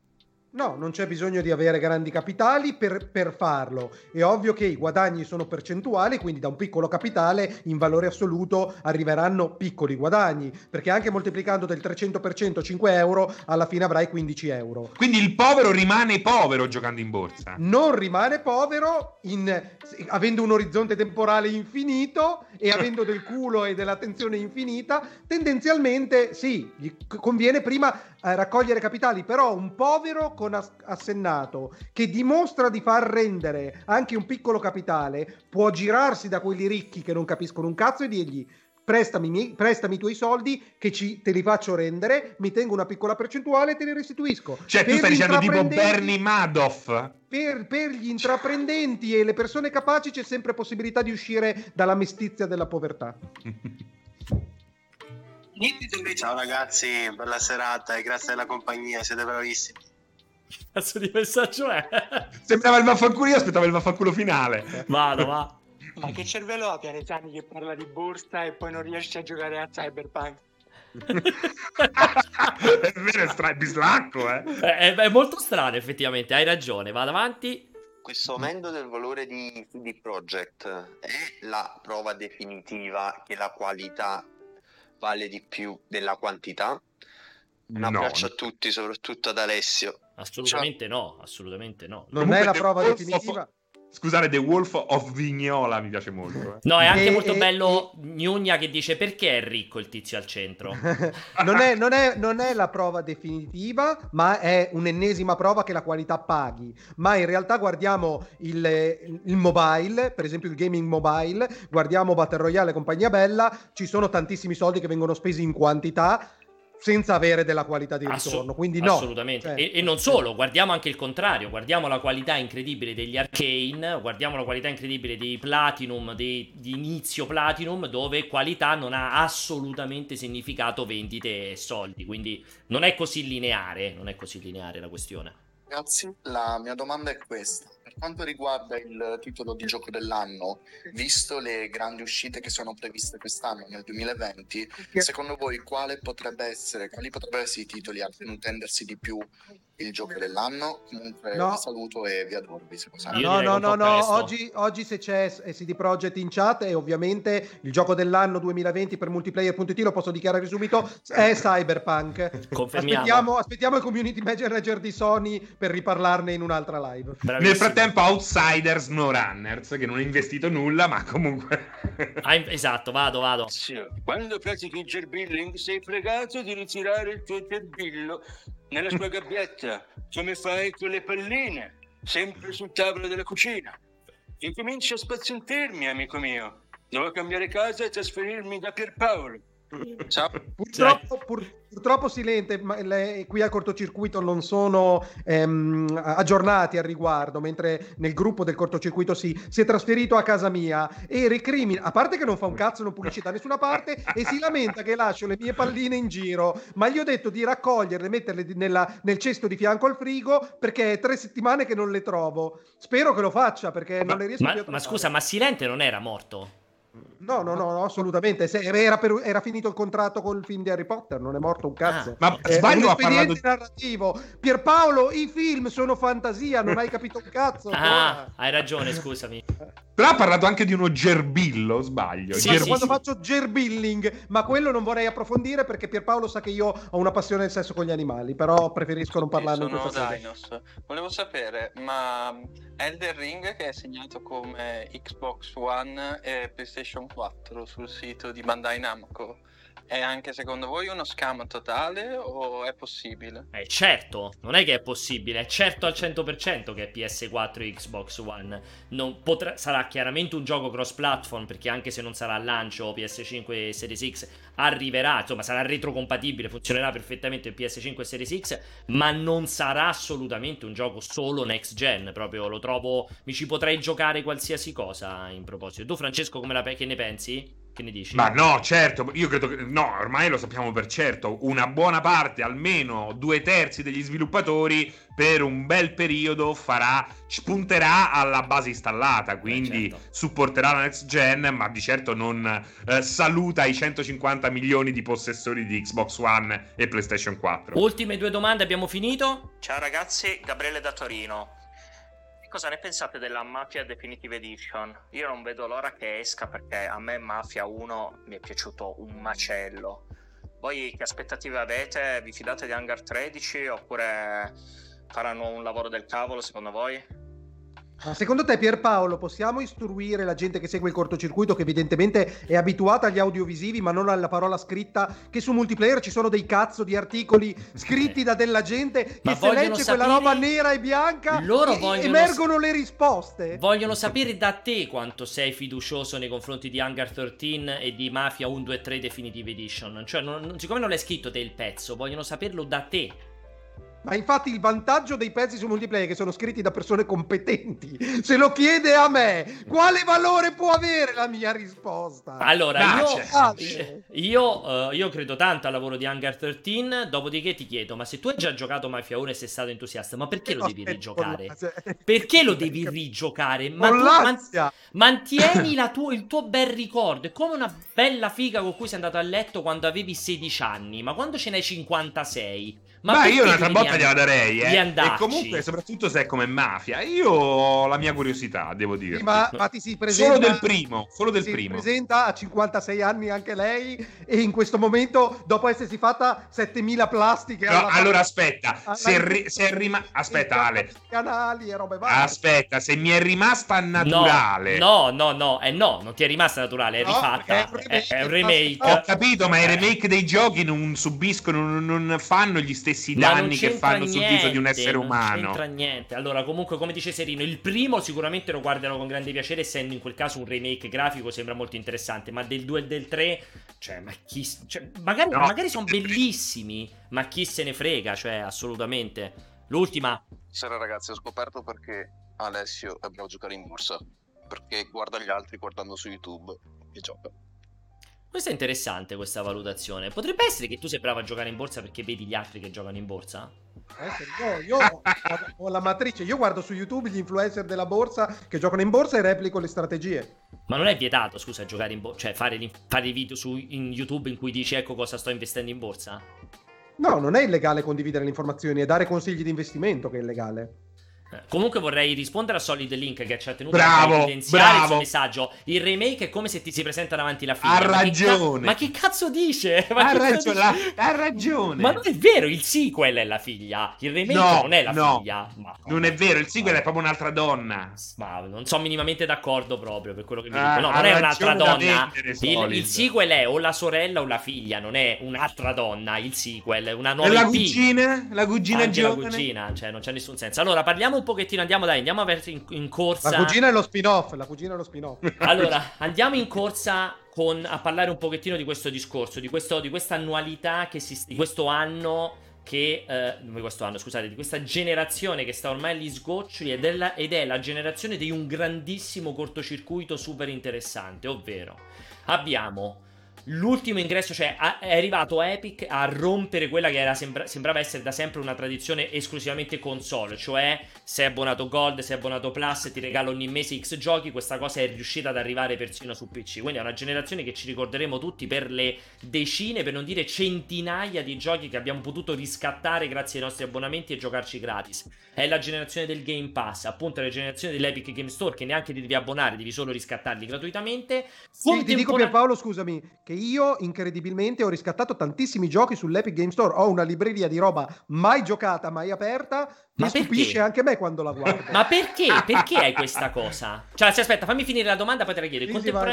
No, non c'è bisogno di avere grandi capitali per farlo. È ovvio che i guadagni sono percentuali, quindi da un piccolo capitale in valore assoluto arriveranno piccoli guadagni, perché anche moltiplicando del 300% 5 euro, alla fine avrai 15 euro. Quindi il povero rimane povero giocando in borsa? Non rimane povero avendo un orizzonte temporale infinito e avendo del culo e dell'attenzione infinita. Tendenzialmente sì, gli conviene prima raccogliere capitali, però un povero con assennato che dimostra di far rendere anche un piccolo capitale può girarsi da quelli ricchi che non capiscono un cazzo e dirgli: prestami i tuoi soldi che te li faccio rendere, mi tengo una piccola percentuale e te li restituisco. Cioè tu stai dicendo tipo Bernie Madoff? Per gli intraprendenti e le persone capaci c'è sempre possibilità di uscire dalla mestizia della povertà. Ciao ragazzi, bella serata e grazie della compagnia, siete bravissimi. Che cazzo di messaggio è? Sembrava il vaffanculo, io aspettavo il vaffanculo finale. Vado, va. Ma che cervello ha Pianesani che parla di borsa e poi non riesce a giocare a Cyberpunk? È vero, è bislacco, È molto strano, effettivamente, hai ragione, vado avanti. Questo aumento del valore di CD Projekt è la prova definitiva che la qualità vale di più della quantità? Un abbraccio a tutti, soprattutto ad Alessio. Assolutamente no, assolutamente no. Non comunque è la prova definitiva. Scusate, The Wolf of Vignola mi piace molto. No, è anche molto bello Gnugna che dice: perché è ricco il tizio al centro? non è la prova definitiva, ma è un'ennesima prova che la qualità paghi. Ma in realtà guardiamo il mobile, per esempio il gaming mobile, guardiamo Battle Royale e compagnia bella, ci sono tantissimi soldi che vengono spesi in quantità. senza avere della qualità di ritorno, quindi no. Assolutamente. E non solo, guardiamo anche il contrario, guardiamo la qualità incredibile degli Arcane, guardiamo la qualità incredibile dei Platinum, di inizio Platinum, dove qualità non ha assolutamente significato vendite e soldi, quindi non è così lineare la questione. Ragazzi, la mia domanda è questa. Per quanto riguarda il titolo di gioco dell'anno, visto le grandi uscite che sono previste quest'anno, nel 2020, secondo voi quali potrebbero essere i titoli a contendersi di più il gioco dell'anno? Comunque vi saluto e vi adoro. No. Oggi se c'è CD Projekt in chat, e ovviamente il gioco dell'anno 2020 per multiplayer.it, lo posso dichiarare subito, è Cyberpunk. Confermiamo. Aspettiamo il community manager di Sony per riparlarne in un'altra live. Bravissimo. Nel frattempo Outsiders SnowRunners, che non ha investito nulla, ma comunque esatto, vado. Quando pratichi gerbilling sei fregato di ritirare il tuo gerbillo nella sua gabbietta, come fai con le palline, sempre sul tavolo della cucina. Incominci a spazientarmi, amico mio. Devo cambiare casa e trasferirmi da Pierpaolo. Ciao. Purtroppo Silente, qui al cortocircuito non sono aggiornati al riguardo, mentre nel gruppo del cortocircuito si è trasferito a casa mia e recrimina, a parte che non fa un cazzo, non pubblicità da nessuna parte, e si lamenta che lascio le mie palline in giro, ma gli ho detto di raccoglierle e metterle nel cesto di fianco al frigo, perché è 3 settimane che non le trovo. Spero che lo faccia, perché non le riesco più a trovare. Ma scusa, ma Silente non era morto? No, assolutamente. Era finito il contratto col film di Harry Potter, non è morto un cazzo. Ma sbaglio, ha parlato narrativo. Pierpaolo, i film sono fantasia, non hai capito un cazzo. Hai ragione, scusami. Però ha parlato anche di uno gerbillo, sbaglio. Sì, quando faccio gerbilling, ma quello non vorrei approfondire perché Pierpaolo sa che io ho una passione del sesso con gli animali, però preferisco non parlarne in questa sede. Volevo sapere, ma Elden Ring, che è segnato come Xbox One e PlayStation 4 sul sito di Bandai Namco, è anche secondo voi uno scam totale o è possibile? Certo, non è che è possibile, è certo al 100% che è PS4 e Xbox One. Sarà chiaramente un gioco cross-platform, perché anche se non sarà al lancio PS5 e Series X, arriverà, insomma sarà retrocompatibile, funzionerà perfettamente il PS5 e Series X, ma non sarà assolutamente un gioco solo next gen, proprio lo trovo, mi ci potrei giocare qualsiasi cosa in proposito. Tu Francesco che ne pensi? Che ne dici? Ma no, certo, io credo che no, ormai lo sappiamo per certo, una buona parte, almeno 2/3 degli sviluppatori per un bel periodo spunterà alla base installata, quindi supporterà la next gen, ma di certo non saluta i 150 milioni di possessori di Xbox One e PlayStation 4. Ultime 2 domande, abbiamo finito? Ciao ragazzi, Gabriele da Torino. Cosa ne pensate della Mafia Definitive Edition? Io non vedo l'ora che esca, perché a me Mafia 1 mi è piaciuto un macello. Voi che aspettative avete? Vi fidate di Hangar 13 oppure faranno un lavoro del cavolo secondo voi? Secondo te, Pierpaolo, possiamo istruire la gente che segue il cortocircuito, che evidentemente è abituata agli audiovisivi ma non alla parola scritta, che su Multiplayer ci sono dei cazzo di articoli scritti da della gente che se legge quella roba nera e bianca emergono le risposte? Vogliono sapere da te quanto sei fiducioso nei confronti di Hangar 13 e di Mafia 1, 2 e 3 Definitive Edition. Cioè, siccome non l'hai scritto te il pezzo, vogliono saperlo da te. Ma infatti il vantaggio dei pezzi su Multiplayer è che sono scritti da persone competenti. Se lo chiede a me, quale valore può avere la mia risposta? Allora, io credo tanto al lavoro di Hangar 13, dopodiché ti chiedo, ma se tu hai già giocato Mafia 1 e sei stato entusiasta, ma perché lo devi rigiocare? Perché lo devi rigiocare? Mantieni il tuo bel ricordo, è come una bella figa con cui sei andato a letto quando avevi 16 anni, ma quando ce n'hai 56... Ma io un'altra botta gliela darei, E comunque, soprattutto se è come Mafia, io ho la mia curiosità, devo dire. Sì, ma ti si presenta solo del primo. Si presenta a 56 anni anche lei, e in questo momento, dopo essersi fatta 7000 plastiche. No, allora aspetta, aspetta Ale. Canali e robe varie. Aspetta, se mi è rimasta naturale. No, non ti è rimasta naturale, è rifatta. È un remake. Ho capito, ma i remake dei giochi non subiscono, non fanno gli stessi stessi danni che fanno sul viso di un essere umano. Non c'entra niente. Allora, comunque, come dice Serino, il primo sicuramente lo guardano con grande piacere, essendo in quel caso un remake grafico, sembra molto interessante. Ma del 2 e del 3, cioè, ma chi... Cioè, magari sono bellissimi, ma chi se ne frega, cioè, assolutamente. L'ultima. Sera ragazzi, ho scoperto perché Alessio è bravo a giocare in borsa. Perché guarda gli altri guardando su YouTube e gioca. Questa è interessante, questa valutazione. Potrebbe essere che tu sei bravo a giocare in borsa perché vedi gli altri che giocano in borsa? Io ho la matrice, io guardo su YouTube gli influencer della borsa che giocano in borsa e replico le strategie. Ma non è vietato, scusa, giocare in borsa, cioè fare i video in YouTube in cui dici ecco cosa sto investendo in borsa? No, non è illegale condividere le informazioni, è dare consigli di investimento che è illegale. Comunque vorrei rispondere a Solid Link che ci ha tenuto a evidenziare il suo messaggio. Il remake è come se ti si presenta davanti la figlia. Ha ragione. Ma che cazzo dice? Ha ragione. Ma non è vero, il sequel è la figlia. Il remake non è la figlia. Ma non è vero, il sequel è proprio un'altra donna. Ma non sono minimamente d'accordo proprio per quello che mi dico. No, non è un'altra donna. Il sequel è o la sorella o la figlia, non è un'altra donna. Il sequel è una nuova la cugina? La cugina giovane? La cugina, cioè non c'è nessun senso. Allora parliamo un pochettino, andiamo a verso in corsa. La cugina è lo spin-off, Allora, andiamo in corsa a parlare un pochettino di questo discorso, di questa annualità di questo anno di questa generazione che sta ormai agli sgoccioli ed è la generazione di un grandissimo cortocircuito super interessante, ovvero abbiamo l'ultimo ingresso, cioè è arrivato Epic a rompere quella che sembrava essere da sempre una tradizione esclusivamente console, cioè sei abbonato Gold, sei abbonato Plus, ti regalo ogni mese X giochi. Questa cosa è riuscita ad arrivare persino su PC, quindi è una generazione che ci ricorderemo tutti per le decine, per non dire centinaia di giochi che abbiamo potuto riscattare grazie ai nostri abbonamenti e giocarci gratis. È la generazione del Game Pass, appunto è la generazione dell'Epic Game Store, che neanche ti devi abbonare, devi solo riscattarli gratuitamente. Sì, ti dico Pierpaolo, scusami, che io incredibilmente ho riscattato tantissimi giochi sull'Epic Game Store, ho una libreria di roba mai giocata, mai aperta. Mi stupisce anche me quando la guardo. Ma perché? Perché hai questa cosa? Cioè, aspetta, fammi finire la domanda, poi te la chiedo.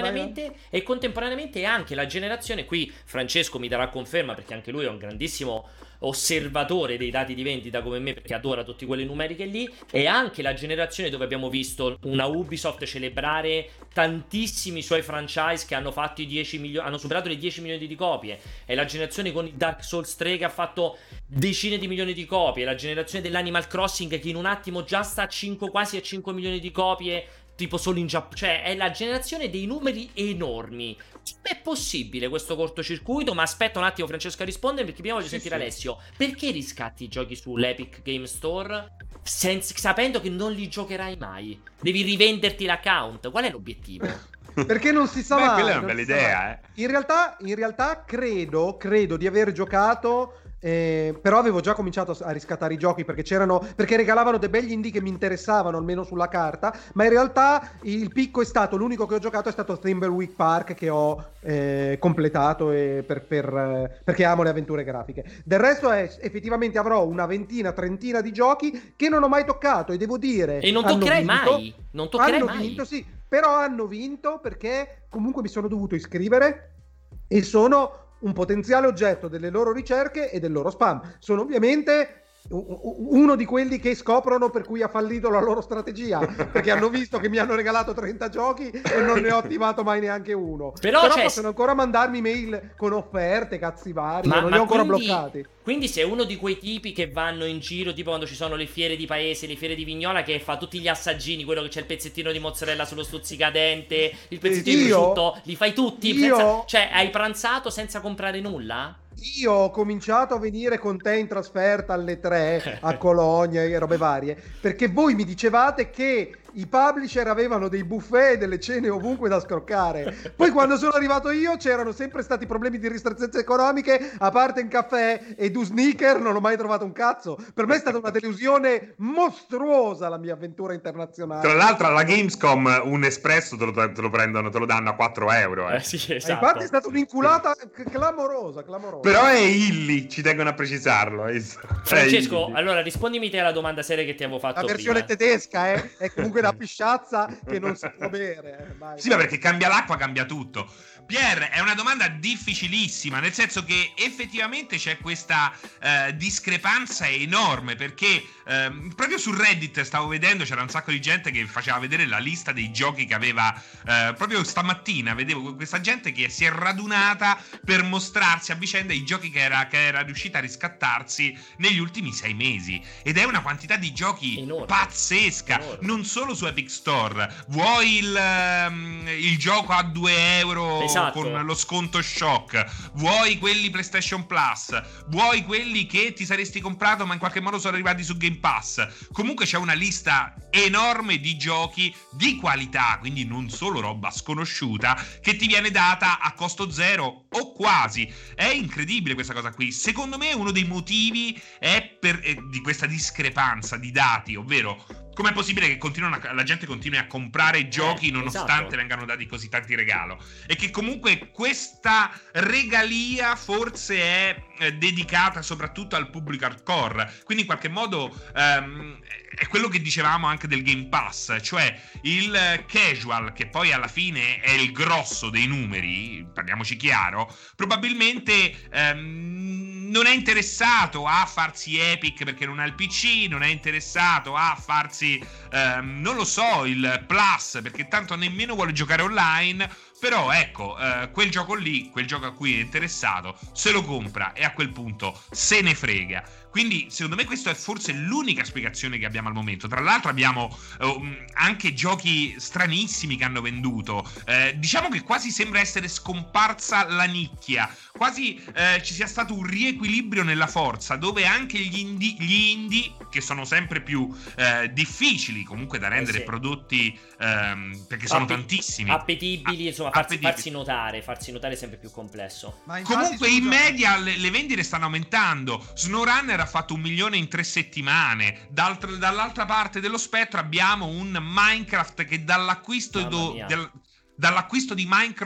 E contemporaneamente anche la generazione, qui Francesco mi darà conferma perché anche lui è un grandissimo osservatore dei dati di vendita come me, perché adora tutte quelle numeriche lì, e anche la generazione dove abbiamo visto una Ubisoft celebrare tantissimi suoi franchise che hanno fatto hanno superato le 10 milioni di copie. È la generazione con Dark Souls 3 che ha fatto decine di milioni di copie. È la generazione dell'Animal Crossing che in un attimo già sta quasi a 5 milioni di copie, tipo solo in Giappone. Cioè è la generazione dei numeri enormi. È possibile questo cortocircuito? Ma aspetta un attimo Francesco a rispondere, perché prima voglio sentire Alessio. Perché riscatti i giochi sull'Epic Game Store sapendo che non li giocherai mai? Devi rivenderti l'account. Qual è l'obiettivo? Perché non si sa mai. Quella è una bella idea, In realtà credo di aver giocato, però avevo già cominciato a riscattare i giochi perché regalavano dei begli indie che mi interessavano, almeno sulla carta. Ma in realtà il picco è stato, l'unico che ho giocato è stato Thimbleweed Park, che ho completato perché amo le avventure grafiche. Del resto effettivamente avrò una trentina di giochi che non ho mai toccato, e devo dire, e non toccherai mai. Non toccherai mai. Vinto, sì, però hanno vinto perché comunque mi sono dovuto iscrivere e sono un potenziale oggetto delle loro ricerche e del loro spam. Sono ovviamente uno di quelli che scoprono per cui ha fallito la loro strategia, perché hanno visto che mi hanno regalato 30 giochi e non ne ho attivato mai neanche uno. Però possono ancora mandarmi mail con offerte, cazzi vari, non li ho ancora bloccati. Quindi sei uno di quei tipi che vanno in giro, tipo quando ci sono le fiere di paese, le fiere di Vignola, che fa tutti gli assaggini, quello che c'è il pezzettino di mozzarella sullo stuzzicadente, il pezzettino di prosciutto, li fai tutti? Cioè, hai pranzato senza comprare nulla? Io ho cominciato a venire con te in trasferta alle 3 a Cologna e robe varie, perché voi mi dicevate che i publisher avevano dei buffet e delle cene ovunque da scroccare. Poi quando sono arrivato io c'erano sempre stati problemi di ristrettezze economiche, a parte in caffè e due sneaker non ho mai trovato un cazzo. Per me è stata una delusione mostruosa la mia avventura internazionale. Tra l'altro alla Gamescom un espresso te lo danno a 4 euro. Sì, esatto. Infatti è stata un'inculata clamorosa. Però è illi, ci tengono a precisarlo. Francesco, allora rispondimi te alla domanda seria che ti avevo fatto prima. La versione prima. tedesca è comunque da la pisciazza che non si può bere. Sì, ma perché cambia l'acqua, cambia tutto. Pier, è una domanda difficilissima, nel senso che effettivamente c'è questa discrepanza enorme, perché proprio su Reddit stavo vedendo, c'era un sacco di gente che faceva vedere la lista dei giochi che aveva, proprio stamattina vedevo questa gente che si è radunata per mostrarsi a vicenda i giochi che era riuscita a riscattarsi negli ultimi 6 mesi, ed è una quantità di giochi pazzesca, non solo su Epic Store. Vuoi il gioco a 2 euro, esatto, con lo sconto shock, vuoi quelli PlayStation Plus, vuoi quelli che ti saresti comprato ma in qualche modo sono arrivati su Game Pass. Comunque c'è una lista enorme di giochi di qualità, quindi non solo roba sconosciuta, che ti viene data a costo zero o quasi. È incredibile questa cosa qui. Secondo me uno dei motivi è di questa discrepanza di dati, ovvero com'è possibile che la gente continui a comprare giochi nonostante vengano dati così tanti regalo, e che comunque questa regalia forse è dedicata soprattutto al pubblico hardcore. Quindi in qualche modo è quello che dicevamo anche del Game Pass, cioè il casual, che poi alla fine è il grosso dei numeri, parliamoci chiaro, probabilmente non è interessato a farsi Epic perché non ha il PC, non è interessato a farsi non lo so, il Plus perché tanto nemmeno vuole giocare online. Però ecco, quel gioco lì, quel gioco a cui è interessato, se lo compra e a quel punto se ne frega. Quindi secondo me questa è forse l'unica spiegazione che abbiamo al momento. Tra l'altro abbiamo anche giochi stranissimi che hanno venduto. Diciamo che quasi sembra essere scomparsa la nicchia, quasi ci sia stato un riequilibrio nella forza, dove anche gli indie, che sono sempre più difficili comunque da rendere prodotti, perché sono tantissimi, appetibili, insomma, farsi notare sempre più complesso. Comunque in media le vendite stanno aumentando. SnowRunner ha fatto 1 milione in 3 settimane. Dall'altra parte dello spettro abbiamo un Minecraft che dall'acquisto di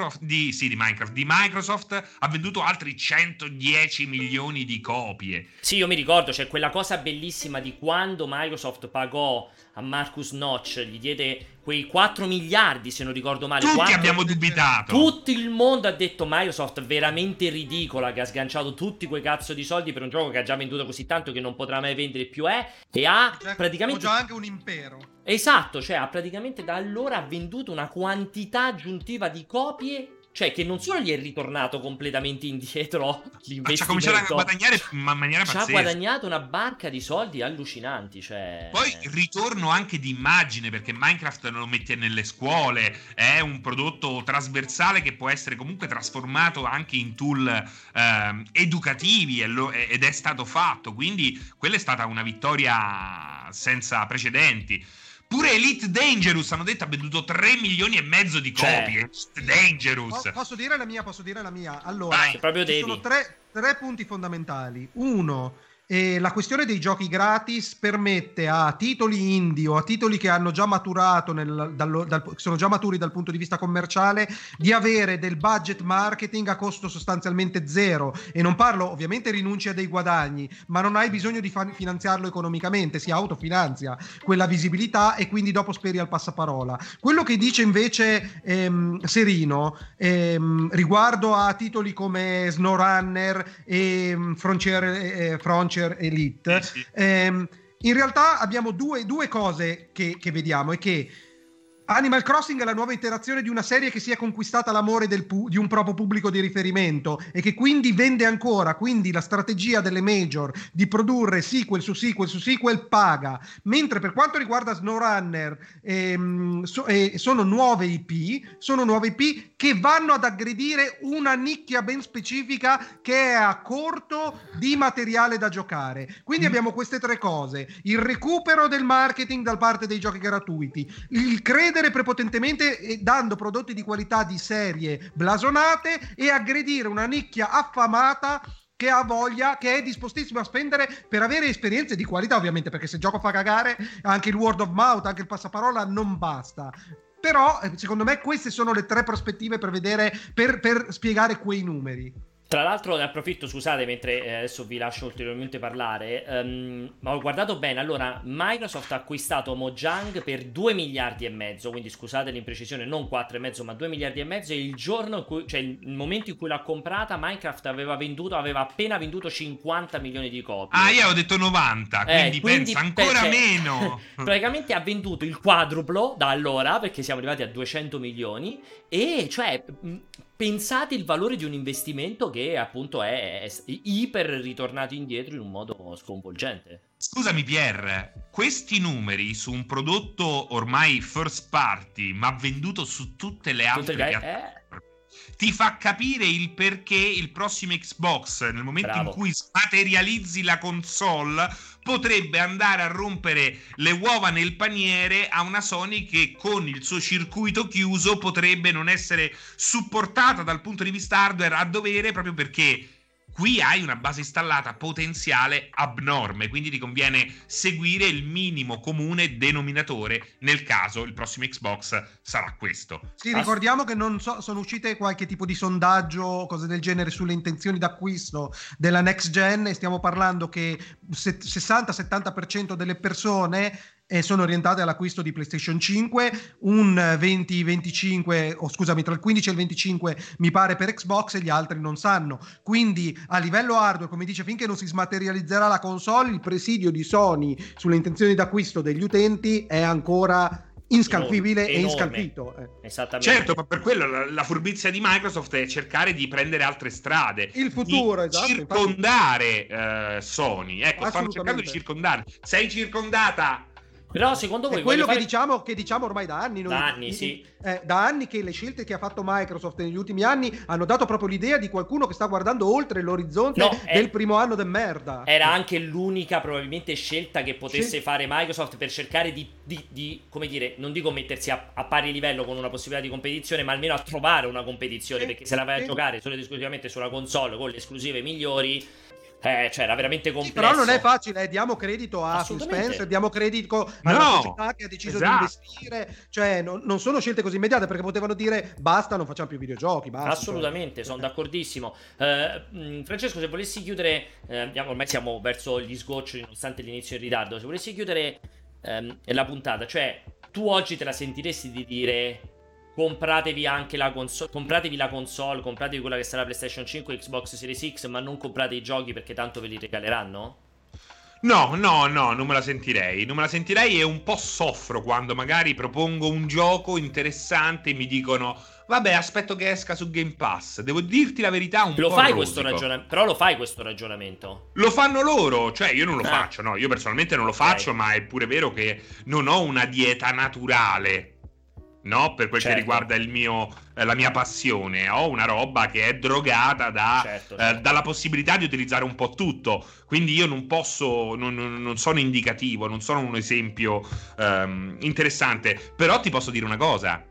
Microsoft ha venduto altri 110 milioni di copie. Sì, io mi ricordo, c'è quella cosa bellissima di quando Microsoft pagò a Marcus Notch, gli diede quei 4 miliardi, se non ricordo male. Tutti abbiamo dubitato. Tutto il mondo ha detto Microsoft veramente ridicola, che ha sganciato tutti quei cazzo di soldi per un gioco che ha già venduto così tanto che non potrà mai vendere più, e ha praticamente già anche un impero. Esatto, cioè ha praticamente da allora ha venduto una quantità aggiuntiva di copie, cioè che non solo gli è ritornato completamente indietro l'investimento, ha cominciato a guadagnare in maniera pazzesca. Ci ha guadagnato una barca di soldi allucinanti, cioè. Poi ritorno anche di immagine, perché Minecraft lo mette nelle scuole, è un prodotto trasversale che può essere comunque trasformato anche in tool educativi, ed è stato fatto, quindi quella è stata una vittoria senza precedenti. Pure Elite Dangerous, hanno detto, ha venduto 3 milioni e mezzo di copie. Dangerous. Posso dire la mia? Allora, ci sono tre punti fondamentali. Uno, la questione dei giochi gratis permette a titoli indie o a titoli che hanno già maturato sono già maturi dal punto di vista commerciale, di avere del budget marketing a costo sostanzialmente zero, e non parlo, ovviamente rinunci a dei guadagni, ma non hai bisogno di finanziarlo economicamente, si autofinanzia quella visibilità e quindi dopo speri al passaparola. Quello che dice invece Serino riguardo a titoli come SnowRunner e Frontier Elite, in realtà abbiamo due cose che vediamo, è che Animal Crossing è la nuova iterazione di una serie che si è conquistata l'amore di un proprio pubblico di riferimento e che quindi vende ancora, quindi la strategia delle major di produrre sequel su sequel su sequel paga, mentre per quanto riguarda SnowRunner sono nuove IP che vanno ad aggredire una nicchia ben specifica che è a corto di materiale da giocare. Quindi abbiamo queste tre cose: il recupero del marketing da parte dei giochi gratuiti, il credere prepotentemente dando prodotti di qualità di serie blasonate, e aggredire una nicchia affamata che ha voglia, che è dispostissima a spendere per avere esperienze di qualità, ovviamente, perché se il gioco fa cagare anche il word of mouth, anche il passaparola non basta. Però secondo me queste sono le tre prospettive per vedere, per spiegare quei numeri. Tra l'altro ne approfitto, scusate, mentre adesso vi lascio ulteriormente parlare, ma ho guardato bene, allora Microsoft ha acquistato Mojang per 2 miliardi e mezzo, quindi scusate l'imprecisione, non 4,5 ma 2 miliardi e mezzo, e il giorno in cui, cioè il momento in cui l'ha comprata, Minecraft aveva appena venduto 50 milioni di copie. Ah, io ho detto 90, quindi pensa ancora meno. Praticamente ha venduto il quadruplo da allora, perché siamo arrivati a 200 milioni, e cioè... pensate il valore di un investimento che appunto è iper ritornato indietro in un modo sconvolgente. Scusami Pier, questi numeri su un prodotto ormai first party ma venduto su tutte le altre piattaforme ti fa capire il perché il prossimo Xbox, nel momento in cui smaterializzi la console, potrebbe andare a rompere le uova nel paniere a una Sony che con il suo circuito chiuso potrebbe non essere supportata dal punto di vista hardware a dovere, proprio perché qui hai una base installata potenziale abnorme, quindi ti conviene seguire il minimo comune denominatore. Nel caso il prossimo Xbox sarà questo. Sì, ricordiamo che non sono uscite qualche tipo di sondaggio o cose del genere sulle intenzioni d'acquisto della next gen, e stiamo parlando che 60-70% delle persone sono orientate all'acquisto di PlayStation 5, un 20-25, tra il 15 e il 25 mi pare per Xbox, e gli altri non sanno. Quindi a livello hardware, come dice, finché non si smaterializzerà la console, il presidio di Sony sulle intenzioni d'acquisto degli utenti è ancora inscalfibile e inscalfito. Esattamente. Certo, ma per quello la furbizia di Microsoft è cercare di prendere altre strade, il futuro, di circondare Sony. Ecco, stanno cercando di circondare. Sei circondata. Però secondo voi è quello che diciamo ormai da anni. Da anni, sì. Da anni che le scelte che ha fatto Microsoft negli ultimi anni hanno dato proprio l'idea di qualcuno che sta guardando oltre l'orizzonte del primo anno de merda. Era anche l'unica probabilmente scelta che potesse fare Microsoft per cercare di come dire, non dico mettersi a pari livello con una possibilità di competizione, ma almeno a trovare una competizione, perché se la vai a giocare solo ed esclusivamente sulla console con le esclusive migliori, cioè era veramente complesso. Sì, però non è facile, diamo credito a Phil Spencer, diamo credito alla società che ha deciso di investire, cioè non sono scelte così immediate, perché potevano dire basta, non facciamo più videogiochi, basta. Assolutamente, sono d'accordissimo. Francesco, se volessi chiudere, ormai siamo verso gli sgoccioli nonostante l'inizio in ritardo, se volessi chiudere la puntata, cioè tu oggi te la sentiresti di dire compratevi anche la console, compratevi quella che sarà PlayStation 5 Xbox Series X, ma non comprate i giochi perché tanto ve li regaleranno? No, non me la sentirei. E un po' soffro quando magari propongo un gioco interessante e mi dicono vabbè, aspetto che esca su Game Pass. Devo dirti la verità, un po' rosico. Però lo fai questo ragionamento? Lo fanno loro, cioè io non lo faccio, no, io personalmente non lo faccio, ma è pure vero che non ho una dieta naturale. No, per quel che riguarda la mia passione, ho una roba che è drogata dalla possibilità di utilizzare un po' tutto. Quindi io non posso, non sono indicativo, non sono un esempio interessante. Però ti posso dire una cosa.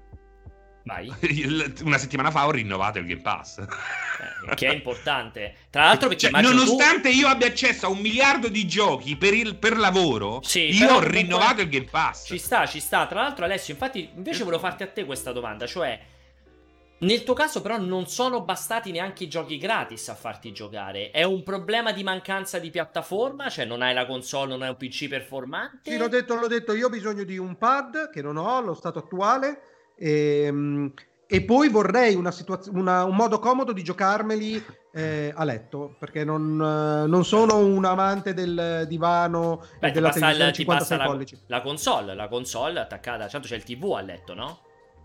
Vai. Una settimana fa ho rinnovato il Game Pass. Che è importante. Tra l'altro, perché nonostante io abbia accesso a 1 miliardo di giochi per lavoro, io ho rinnovato il Game Pass. Ci sta. Tra l'altro, Alessio, infatti, invece volevo farti a te questa domanda, cioè nel tuo caso però non sono bastati neanche i giochi gratis a farti giocare. È un problema di mancanza di piattaforma? Cioè non hai la console, non hai un PC performante? Sì, l'ho detto, io ho bisogno di un pad che non ho allo stato attuale, e poi vorrei un modo comodo di giocarmeli a letto, perché non sono un amante del divano e della televisione 56 pollici. La console attaccata, certo c'è il TV a letto, no?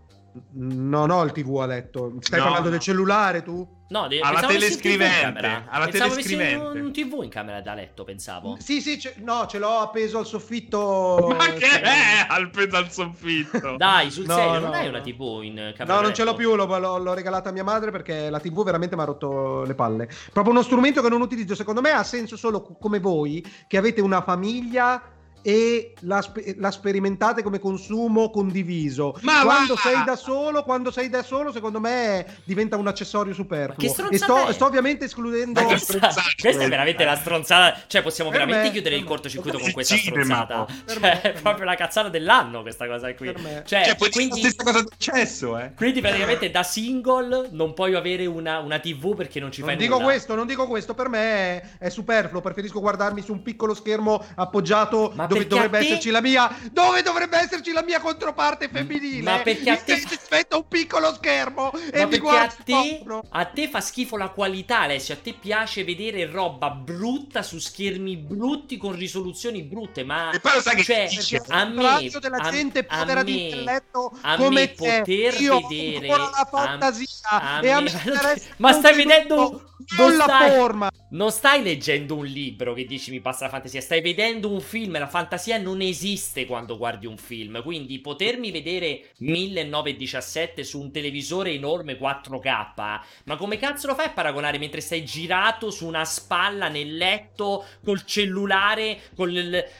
Non ho il TV a letto. Stai parlando del cellulare tu? No, alla telescrivente. Un TV in camera da letto, pensavo. Sì, ce l'ho appeso al soffitto. Ma che è appeso al soffitto? Dai, sul serio, non hai una TV in camera da letto? No, non ce l'ho più, l'ho regalata a mia madre perché la TV veramente mi ha rotto le palle. Proprio uno strumento che non utilizzo. Secondo me ha senso solo come voi, che avete una famiglia e la sperimentate come consumo condiviso. Ma quando sei da solo, secondo me diventa un accessorio superfluo. Che sto ovviamente escludendo questa è veramente la stronzata, cioè possiamo Per veramente me- chiudere il per me- cortocircuito con il questa cinema, stronzata, Per cioè me- è proprio la cazzata dell'anno questa cosa qui, Cioè, poi quindi la stessa cosa del cesso, quindi praticamente da single non puoi avere una TV perché non ci fai Non dico nulla. questo, per me è superfluo, preferisco guardarmi su un piccolo schermo appoggiato dove perché dovrebbe a te- esserci la mia controparte femminile. Ma perché a te- Invece metto un piccolo schermo e Ma mi perché guardo a te fa schifo la qualità, Alessio. A te piace vedere roba brutta su schermi brutti con risoluzioni brutte. Ma E poi lo sai che cioè, dice? a me, braccio della gente povera di intelletto come te. poter Io ho vedere ancora la fantasia e a me interessa ma stai contenuto, vedendo non la forma. Non stai leggendo un libro che dici mi passa la fantasia, stai vedendo un film. La fantasia non esiste quando guardi un film. Quindi potermi vedere 1917 su un televisore enorme 4K, ma come cazzo lo fai a paragonare mentre stai girato su una spalla nel letto col cellulare, con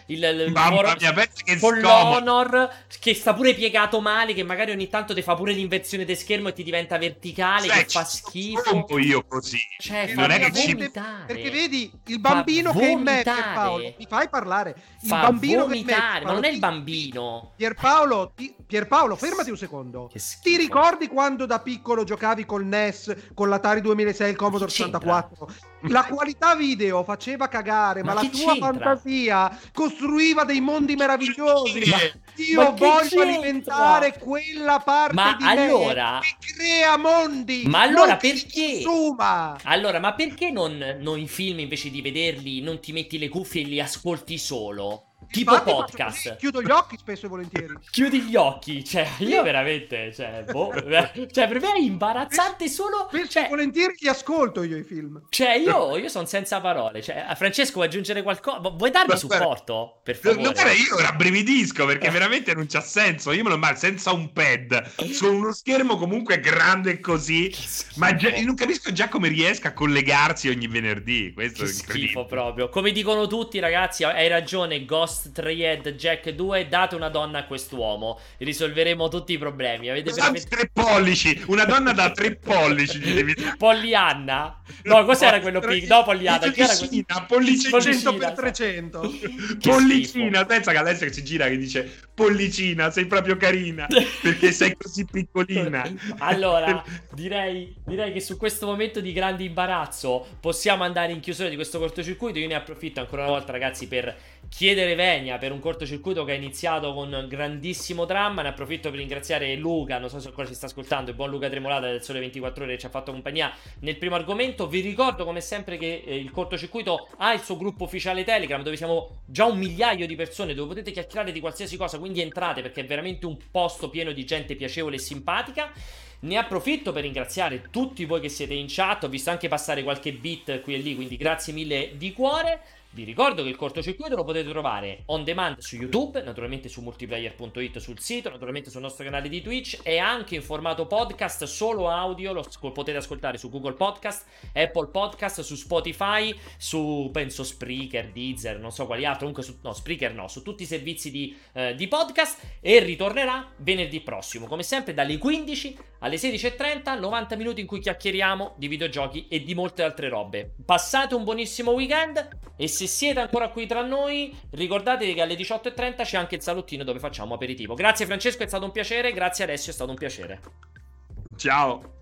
Mamma mia, pensa che con scomodo. l'Honor che sta pure piegato male, che magari ogni tanto ti fa pure l'inversione di schermo e ti diventa verticale, Cioè, che fa ci schifo. rompo io così. Cioè, Non è che ci vomitare. Perché vedi il bambino Fa che è in me, vomitare. Pierpaolo, mi fai parlare. Il Fa bambino vomitare, che ma non è il bambino. Pierpaolo, fermati un secondo. Ti ricordi quando da piccolo giocavi col NES, con l'Atari 2006 e il Commodore Che c'entra? 64? La qualità video faceva cagare, ma la che tua c'entra? fantasia costruiva dei mondi meravigliosi. Io ma che voglio c'entra? alimentare quella parte Ma di allora- me che crea mondi. Ma allora non che perché? consuma. Allora, ma perché non i film invece di vederli non ti metti le cuffie e li ascolti solo? Tipo Infatti faccio podcast. così, chiudo gli occhi spesso e volentieri. Chiudi gli occhi, cioè io veramente, cioè, cioè per me è imbarazzante solo, cioè, volentieri li ascolto io i film. cioè io sono senza parole, cioè Francesco vuoi aggiungere qualcosa? Vuoi darmi Ma guarda, supporto? Per favore. No, guarda, io rabbrividisco perché veramente non c'ha senso. Io me lo immagino senza un pad su uno schermo comunque grande così. Ma non capisco già come riesca a collegarsi ogni venerdì. Questo è incredibile. Schifo proprio. Come dicono tutti, ragazzi, hai ragione. Ghost Triad Jack 2, date una donna a quest'uomo. Risolveremo tutti i problemi. Avete veramente 3 pollici, una donna da 3 pollici. Gli devi... Pollianna? No, cos'era quello pic? No, Pollianna. Chi era quello? Pollicina, 100 per 300. Pollicina, pensa che Alessia che si gira che dice pollicina, sei proprio carina perché sei così piccolina. Allora, direi che su questo momento di grande imbarazzo possiamo andare in chiusura di questo cortocircuito. Io ne approfitto ancora una volta, ragazzi, per chiedere venia per un cortocircuito che è iniziato con grandissimo dramma. Ne approfitto per ringraziare Luca, non so se ancora ci sta ascoltando, il buon Luca Tremolata del Sole 24 Ore che ci ha fatto compagnia nel primo argomento. Vi ricordo come sempre che il cortocircuito ha il suo gruppo ufficiale Telegram dove siamo già 1 migliaio di persone, dove potete chiacchierare di qualsiasi cosa, quindi entrate perché è veramente un posto pieno di gente piacevole e simpatica. Ne approfitto per ringraziare tutti voi che siete in chat, ho visto anche passare qualche bit qui e lì, quindi grazie mille di cuore. Vi ricordo che il cortocircuito lo potete trovare on demand su YouTube, naturalmente su multiplayer.it sul sito, naturalmente sul nostro canale di Twitch e anche in formato podcast solo audio, lo potete ascoltare su Google Podcast, Apple Podcast, su Spotify, su penso Spreaker, Deezer, non so quali altri, comunque Spreaker no, su tutti i servizi di podcast, e ritornerà venerdì prossimo, come sempre dalle 15 alle 16:30, 90 minuti in cui chiacchieriamo di videogiochi e di molte altre robe. Passate un buonissimo weekend e se siete ancora qui tra noi ricordatevi che alle 18:30 c'è anche il salottino dove facciamo aperitivo. Grazie Francesco, è stato un piacere, grazie Alessio, è stato un piacere. Ciao.